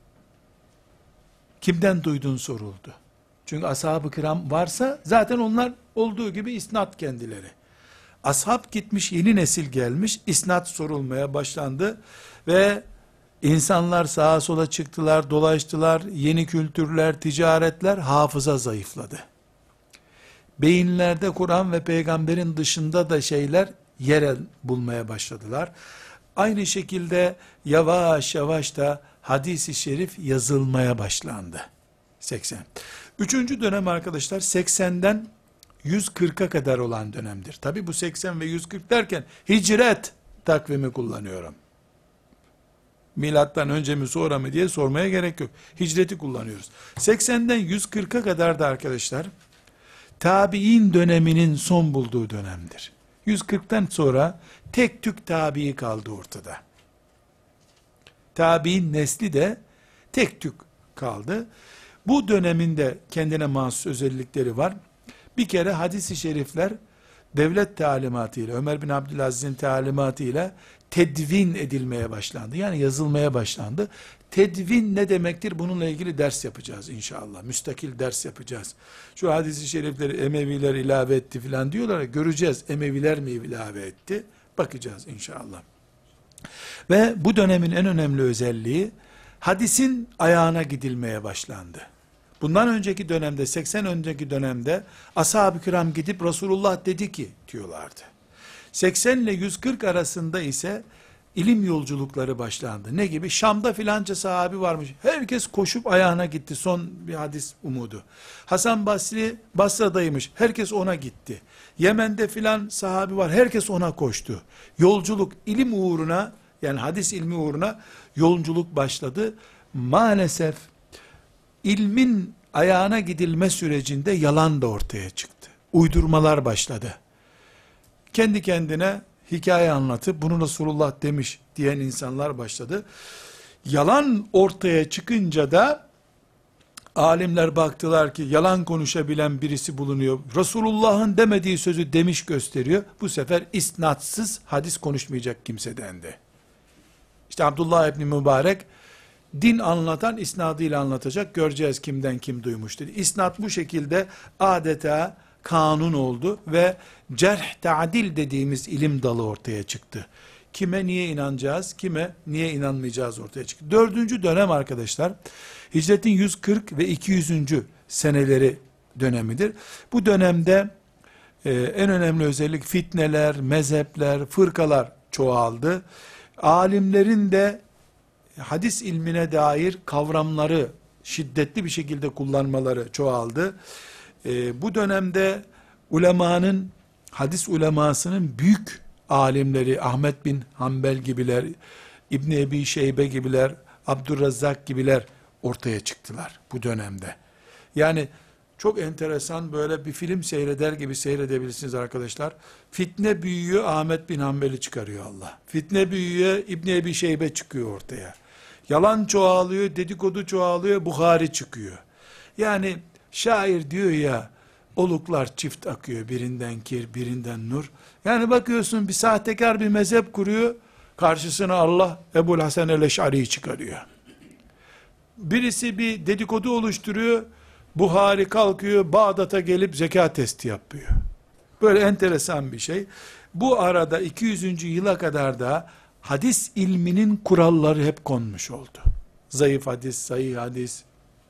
S1: Kimden duydun soruldu. Çünkü ashab-ı kiram varsa zaten onlar olduğu gibi isnat kendileri. Ashab gitmiş, yeni nesil gelmiş, isnat sorulmaya başlandı ve insanlar sağa sola çıktılar, dolaştılar, yeni kültürler, ticaretler, hafıza zayıfladı. Beyinlerde Kur'an ve peygamberin dışında da şeyler yer bulmaya başladılar. Aynı şekilde yavaş yavaş da hadis-i şerif yazılmaya başlandı. seksen. Üçüncü dönem arkadaşlar seksenden yüz kırka kadar olan dönemdir. Tabi bu seksen ve yüz kırk derken hicret takvimi kullanıyorum. Milattan önce mi sonra mı diye sormaya gerek yok. Hicreti kullanıyoruz. seksenden yüz kırka kadar da arkadaşlar tabi'in döneminin son bulduğu dönemdir. yüz kırktan sonra tek tük tabi'i kaldı ortada. Tabi'in nesli de tek tük kaldı. Bu döneminde kendine mahsus özellikleri var. Bir kere hadis-i şerifler devlet talimatıyla, Ömer bin Abdülaziz'in talimatıyla tedvin edilmeye başlandı. Yani yazılmaya başlandı. Tedvin ne demektir? Bununla ilgili ders yapacağız inşallah. Müstakil ders yapacağız. Şu hadis-i şerifleri Emeviler ilave etti filan diyorlar ya, göreceğiz. Emeviler mi ilave etti? Bakacağız inşallah. Ve bu dönemin en önemli özelliği hadisin ayağına gidilmeye başlandı. Bundan önceki dönemde, seksen önceki dönemde ashab-ı kiram gidip Resulullah dedi ki diyorlardı. seksen ile yüz kırk arasında ise ilim yolculukları başlandı. Ne gibi? Şam'da filanca sahabi varmış. Herkes koşup ayağına gitti. Son bir hadis umudu. Hasan Basri Basra'daymış. Herkes ona gitti. Yemen'de filan sahabi var. Herkes ona koştu. Yolculuk, ilim uğruna, yani hadis ilmi uğruna yolculuk başladı. Maalesef ilmin ayağına gidilme sürecinde yalan da ortaya çıktı. Uydurmalar başladı. Kendi kendine hikaye anlatıp bunu Resulullah demiş diyen insanlar başladı. Yalan ortaya çıkınca da alimler baktılar ki yalan konuşabilen birisi bulunuyor. Resulullah'ın demediği sözü demiş gösteriyor. Bu sefer isnatsız hadis konuşmayacak kimse dendi. İşte Abdullah İbni Mübarek din anlatan isnadıyla anlatacak. Göreceğiz kimden kim duymuş dedi. İsnat bu şekilde adeta kanun oldu ve cerh ta'dil dediğimiz ilim dalı ortaya çıktı. Kime niye inanacağız, kime niye inanmayacağız ortaya çıktı. Dördüncü dönem arkadaşlar, hicretin yüz kırk ve iki yüzüncü seneleri dönemidir. Bu dönemde e, en önemli özellik fitneler, mezhepler, fırkalar çoğaldı. Alimlerin de hadis ilmine dair kavramları şiddetli bir şekilde kullanmaları çoğaldı. E, bu dönemde ulemanın, hadis ulemasının büyük alimleri, Ahmet bin Hanbel gibiler, İbn Ebi Şeybe gibiler, Abdurrazzak gibiler ortaya çıktılar bu dönemde. Yani çok enteresan, böyle bir film seyreder gibi seyredebilirsiniz arkadaşlar. Fitne büyüyor, Ahmet bin Hanbel'i çıkarıyor Allah. Fitne büyüyor, İbn Ebi Şeybe çıkıyor ortaya. Yalan çoğalıyor, dedikodu çoğalıyor, Buhari çıkıyor. Yani şair diyor ya, oluklar çift akıyor, birinden kir, birinden nur. Yani bakıyorsun bir sahtekar bir mezhep kuruyor, karşısına Allah Ebu'l Hasan el-Eş'ari'yi çıkarıyor. Birisi bir dedikodu oluşturuyor, Buhari kalkıyor, Bağdat'a gelip zekat testi yapıyor. Böyle enteresan bir şey. Bu arada iki yüzüncü yıla kadar da hadis ilminin kuralları hep konmuş oldu. Zayıf hadis, sahih hadis,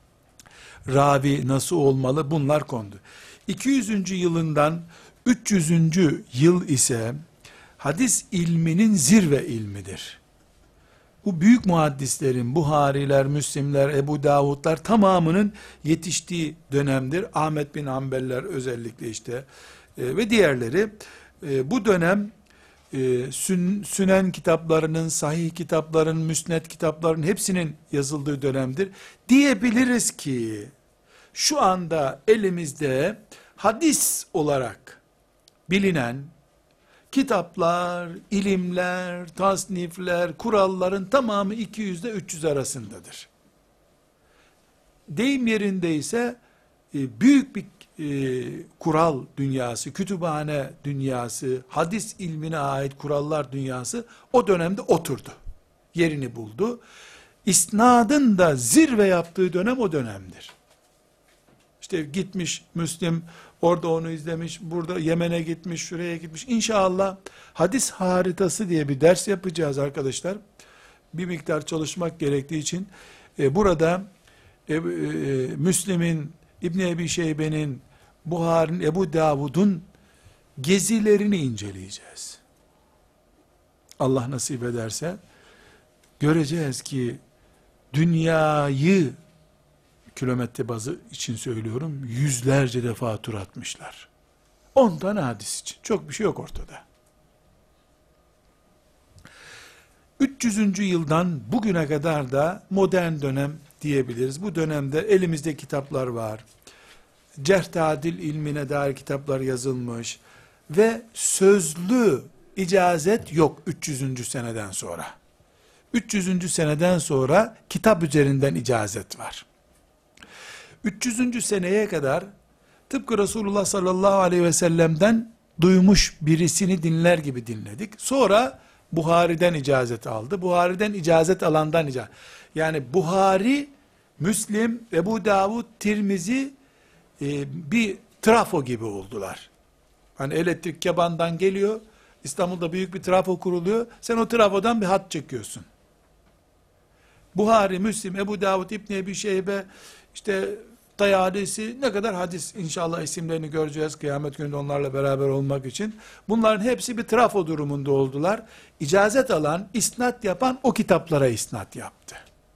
S1: ravi nasıl olmalı, bunlar kondu. iki yüzüncü yılından üç yüzüncü yıl ise hadis ilminin zirve ilmidir. Bu büyük muhaddislerin, Buhariler, Müslimler, Ebu Davudlar tamamının yetiştiği dönemdir. Ahmet bin Hanbeller özellikle işte e, ve diğerleri. E, bu dönem e, sün, Sünen kitaplarının, sahih kitapların, müsned kitapların hepsinin yazıldığı dönemdir. Diyebiliriz ki şu anda elimizde hadis olarak bilinen kitaplar, ilimler, tasnifler, kuralların tamamı iki yüz ile üç yüz arasındadır. Deyim yerindeyse e, büyük bir e, kural dünyası, kütüphane dünyası, hadis ilmine ait kurallar dünyası o dönemde oturdu. Yerini buldu. İsnadın da zirve yaptığı dönem o dönemdir. İşte gitmiş Müslim, orada onu izlemiş, burada Yemen'e gitmiş, şuraya gitmiş. İnşallah hadis haritası diye bir ders yapacağız arkadaşlar. Bir miktar çalışmak gerektiği için e, burada e, e, Müslim'in, İbn Ebi Şeybe'nin, Buhari'nin, Ebu Davud'un gezilerini inceleyeceğiz. Allah nasip ederse göreceğiz ki dünyayı, kilometre bazı için söylüyorum, yüzlerce defa tur atmışlar. On tane hadis için. Çok bir şey yok ortada. üç yüzüncü yıldan bugüne kadar da modern dönem diyebiliriz. Bu dönemde elimizde kitaplar var. Cerh tadil ilmine dair kitaplar yazılmış ve sözlü icazet yok üç yüzüncü seneden sonra. üç yüzüncü seneden sonra kitap üzerinden icazet var. üç yüzüncü seneye kadar tıpkı Resulullah sallallahu aleyhi ve sellem'den duymuş birisini dinler gibi dinledik. Sonra Buhari'den icazet aldı. Buhari'den icazet alandan icazet. Yani Buhari, Müslim, Ebu Davud, Tirmizi e, bir trafo gibi oldular. Hani elektrik kebandan geliyor, İstanbul'da büyük bir trafo kuruluyor. Sen o trafodan bir hat çekiyorsun. Buhari, Müslim, Ebu Davud, İbn Ebi Şeybe, işte Tayalisi, ne kadar hadis, inşallah isimlerini göreceğiz kıyamet gününde onlarla beraber olmak için. Bunların hepsi bir trafo durumunda oldular. İcazet alan, isnat yapan o kitaplara isnat yaptı.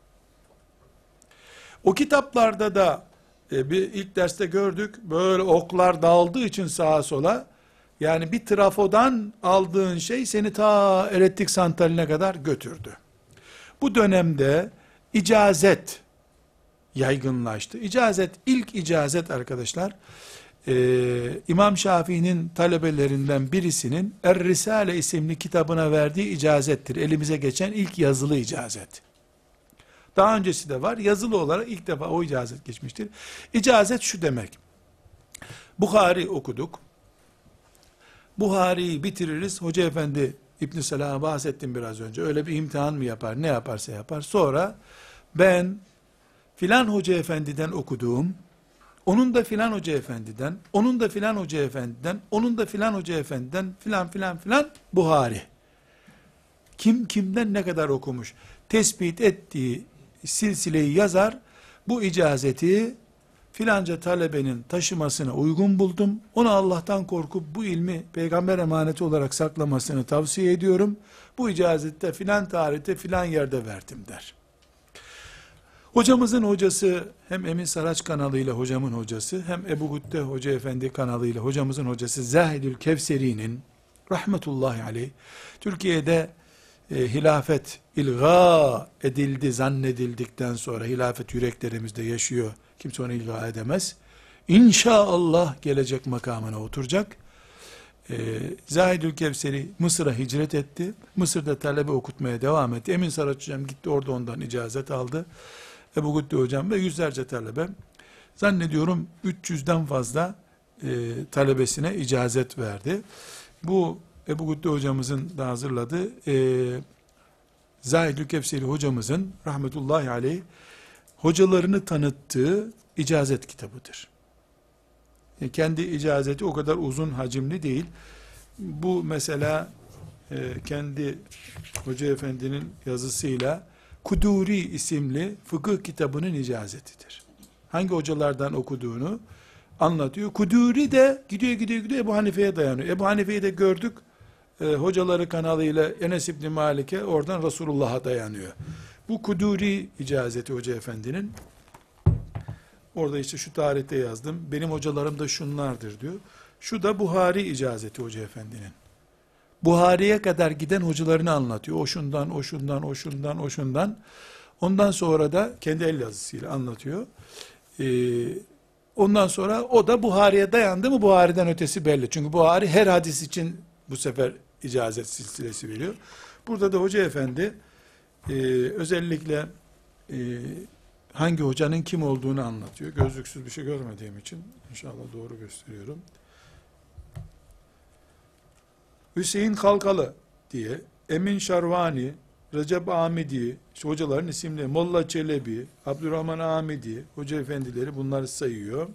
S1: O kitaplarda da e, bir ilk derste gördük, böyle oklar dağıldığı için sağa sola, yani bir trafodan aldığın şey seni ta elektrik santraline kadar götürdü. Bu dönemde icazet yaygınlaştı. İcazet, ilk icazet arkadaşlar, e, İmam Şafii'nin talebelerinden birisinin Er-Risale isimli kitabına verdiği icazettir. Elimize geçen ilk yazılı icazet. Daha öncesi de var. Yazılı olarak ilk defa o icazet geçmiştir. İcazet şu demek: Buhari okuduk. Buhari'yi bitiririz. Hoca efendi, İbn-i Selah'a bahsettim biraz önce. Öyle bir imtihan mı yapar? Ne yaparsa yapar. Sonra ben filan hoca efendiden okuduğum, onun da filan hoca efendiden, onun da filan hoca efendiden, onun da filan hoca efendiden, filan filan filan Buhari. Kim kimden ne kadar okumuş? Tespit ettiği silsileyi yazar. Bu icazeti filanca talebenin taşımasına uygun buldum. Ona Allah'tan korkup bu ilmi peygamber emaneti olarak saklamasını tavsiye ediyorum. Bu icazette filan tarihte filan yerde verdim der. Hocamızın hocası hem Emin Saraç kanalıyla hocamın hocası hem Ebu Gütte Hoca Efendi kanalıyla hocamızın hocası Zahidül Kevseri'nin rahmetullahi aleyh Türkiye'de e, hilafet ilga edildi zannedildikten sonra hilafet yüreklerimizde yaşıyor. Kimse onu ilga edemez. İnşallah gelecek makamına oturacak. E, Zahidül Kevseri Mısır'a hicret etti. Mısır'da talebe okutmaya devam etti. Emin Saraç hocam gitti orada ondan icazet aldı. Ebu Gütte hocam ve yüzlerce talebe. Zannediyorum üç yüzden fazla e, talebesine icazet verdi. Bu Ebu Gütte hocamızın da hazırladığı e, Zahidül Kevseri hocamızın rahmetullahi aleyh hocalarını tanıttığı icazet kitabıdır. E, kendi icazeti o kadar uzun hacimli değil. Bu mesela e, kendi Hoca Efendi'nin yazısıyla Kuduri isimli fıkıh kitabının icazetidir. Hangi hocalardan okuduğunu anlatıyor. Kuduri de gidiyor gidiyor gidiyor Ebu Hanife'ye dayanıyor. Ebu Hanife'yi de gördük. E, hocaları kanalıyla Enes İbni Malik'e oradan Resulullah'a dayanıyor. Bu Kuduri icazeti Hoca Efendi'nin. Orada işte şu tarihte yazdım. Benim hocalarım da şunlardır diyor. Şu da Buhari icazeti Hoca Efendi'nin. Buhari'ye kadar giden hocalarını anlatıyor. O şundan, o şundan, o şundan, o şundan. Ondan sonra da kendi el yazısıyla anlatıyor. Ee, ondan sonra o da Buhari'ye dayandı mı Buhari'den ötesi belli. Çünkü Buhari her hadis için bu sefer icazet silsilesi veriyor. Burada da Hoca Efendi e, özellikle e, hangi hocanın kim olduğunu anlatıyor. Gözlüksüz bir şey görmediğim için inşallah doğru gösteriyorum. Hüseyin Kalkalı diye, Emin Şarvani, Recep Amidi, işte hocaların isimleri, Molla Çelebi, Abdurrahman Amidi, hoca efendileri bunları sayıyor.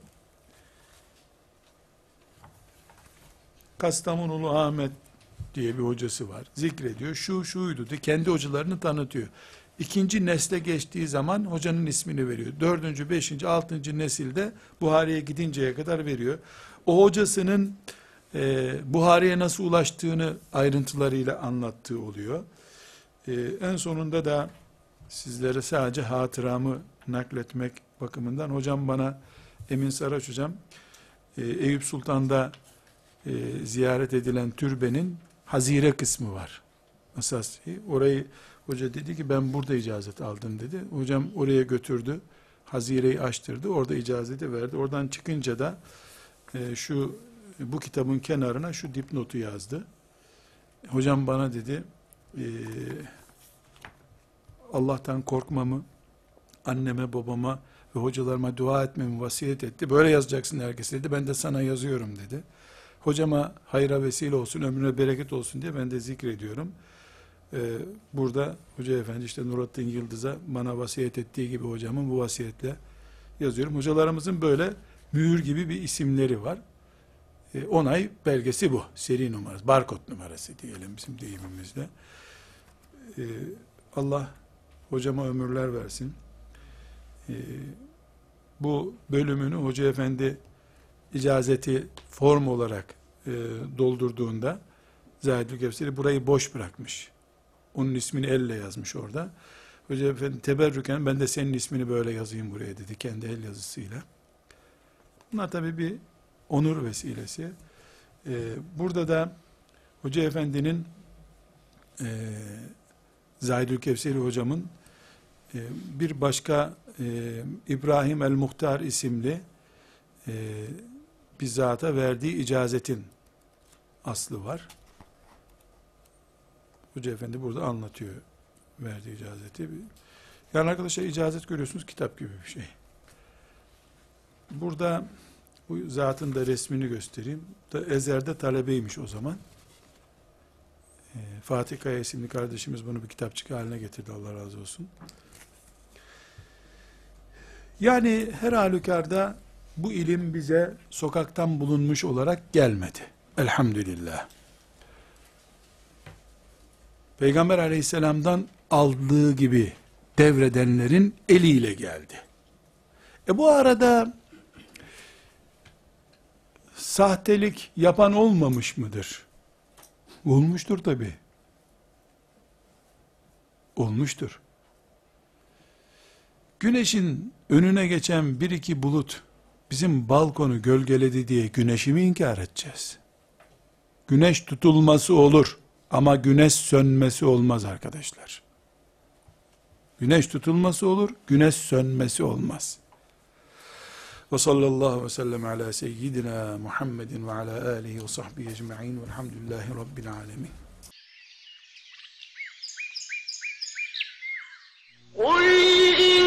S1: Kastamonulu Ahmet diye bir hocası var. Zikrediyor. Şu şuydu diye kendi hocalarını tanıtıyor. İkinci nesle geçtiği zaman hocanın ismini veriyor. Dördüncü, beşinci, altıncı nesilde Buhari'ye gidinceye kadar veriyor. O hocasının e, Buhari'ye nasıl ulaştığını ayrıntılarıyla anlattığı oluyor. E, en sonunda da sizlere sadece hatıramı nakletmek bakımından hocam bana, Emin Saraç hocam, e, Eyüp Sultan'da e, ziyaret edilen türbenin hazire kısmı var. Asas orayı hoca dedi ki ben burada icazet aldım dedi. Hocam oraya götürdü. Hazireyi açtırdı. Orada icazeti verdi. Oradan çıkınca da e, şu bu kitabın kenarına şu dipnotu yazdı. Hocam bana dedi e, Allah'tan korkmamı, anneme, babama ve hocalarıma dua etmemi vasiyet etti. Böyle yazacaksın herkese dedi. Ben de sana yazıyorum dedi. Hocama hayra vesile olsun, ömrüne bereket olsun diye ben de zikrediyorum. Ee, burada Hoca Efendi işte Nurattin Yıldız'a bana vasiyet ettiği gibi hocamın bu vasiyetle yazıyorum. Hocalarımızın böyle mühür gibi bir isimleri var. Ee, onay belgesi bu. Seri numarası, barkod numarası diyelim bizim deyimimizde. Ee, Allah hocama ömürler versin. Ee, bu bölümünü Hoca Efendi icazeti form olarak e, doldurduğunda Zahidül Kevseri burayı boş bırakmış. Onun ismini elle yazmış orada. Hoca Efendi teberrüken ben de senin ismini böyle yazayım buraya dedi kendi el yazısıyla. Bunlar tabii bir onur vesilesi. Ee, burada da Hoca Efendi'nin e, Zahidül Kevseri hocamın e, bir başka e, İbrahim el-Muhtar isimli e, bizzata verdiği icazetin aslı var. Hoca Efendi burada anlatıyor verdiği icazeti. Yani arkadaşlar icazet görüyorsunuz kitap gibi bir şey. Burada bu zatın da resmini göstereyim. Da Ezer'de talebeymiş o zaman. Ee, Fatih Kaya isimli kardeşimiz bunu bir kitapçık haline getirdi. Allah razı olsun. Yani her halükarda bu ilim bize sokaktan bulunmuş olarak gelmedi. Elhamdülillah. Peygamber aleyhisselamdan aldığı gibi devredenlerin eliyle geldi. E bu arada sahtelik yapan olmamış mıdır? Olmuştur tabii. Olmuştur. Güneşin önüne geçen bir iki bulut bizim balkonu gölgeledi diye güneşi mi inkar edeceğiz? Güneş tutulması olur ama güneş sönmesi olmaz arkadaşlar. Güneş tutulması olur, güneş sönmesi olmaz. Ve sallallahu ve sellem ala seyyidina Muhammedin ve ala alihi ve sahbihi ecma'in velhamdülillahi rabbil alemin.
S2: قُلْ إِن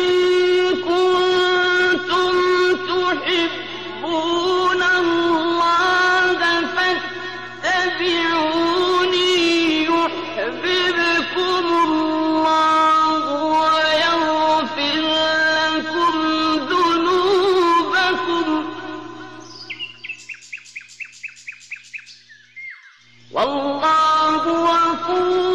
S2: كُنتُمْ تُحِبُّونَ اللَّهَ فَاتَّبِعُونِي يُحْبِبْكُمُ اللَّهُ وَيَغْفِرْ لَكُمْ ذُنُوبَكُمْ وَاللَّهُ غَفُورٌ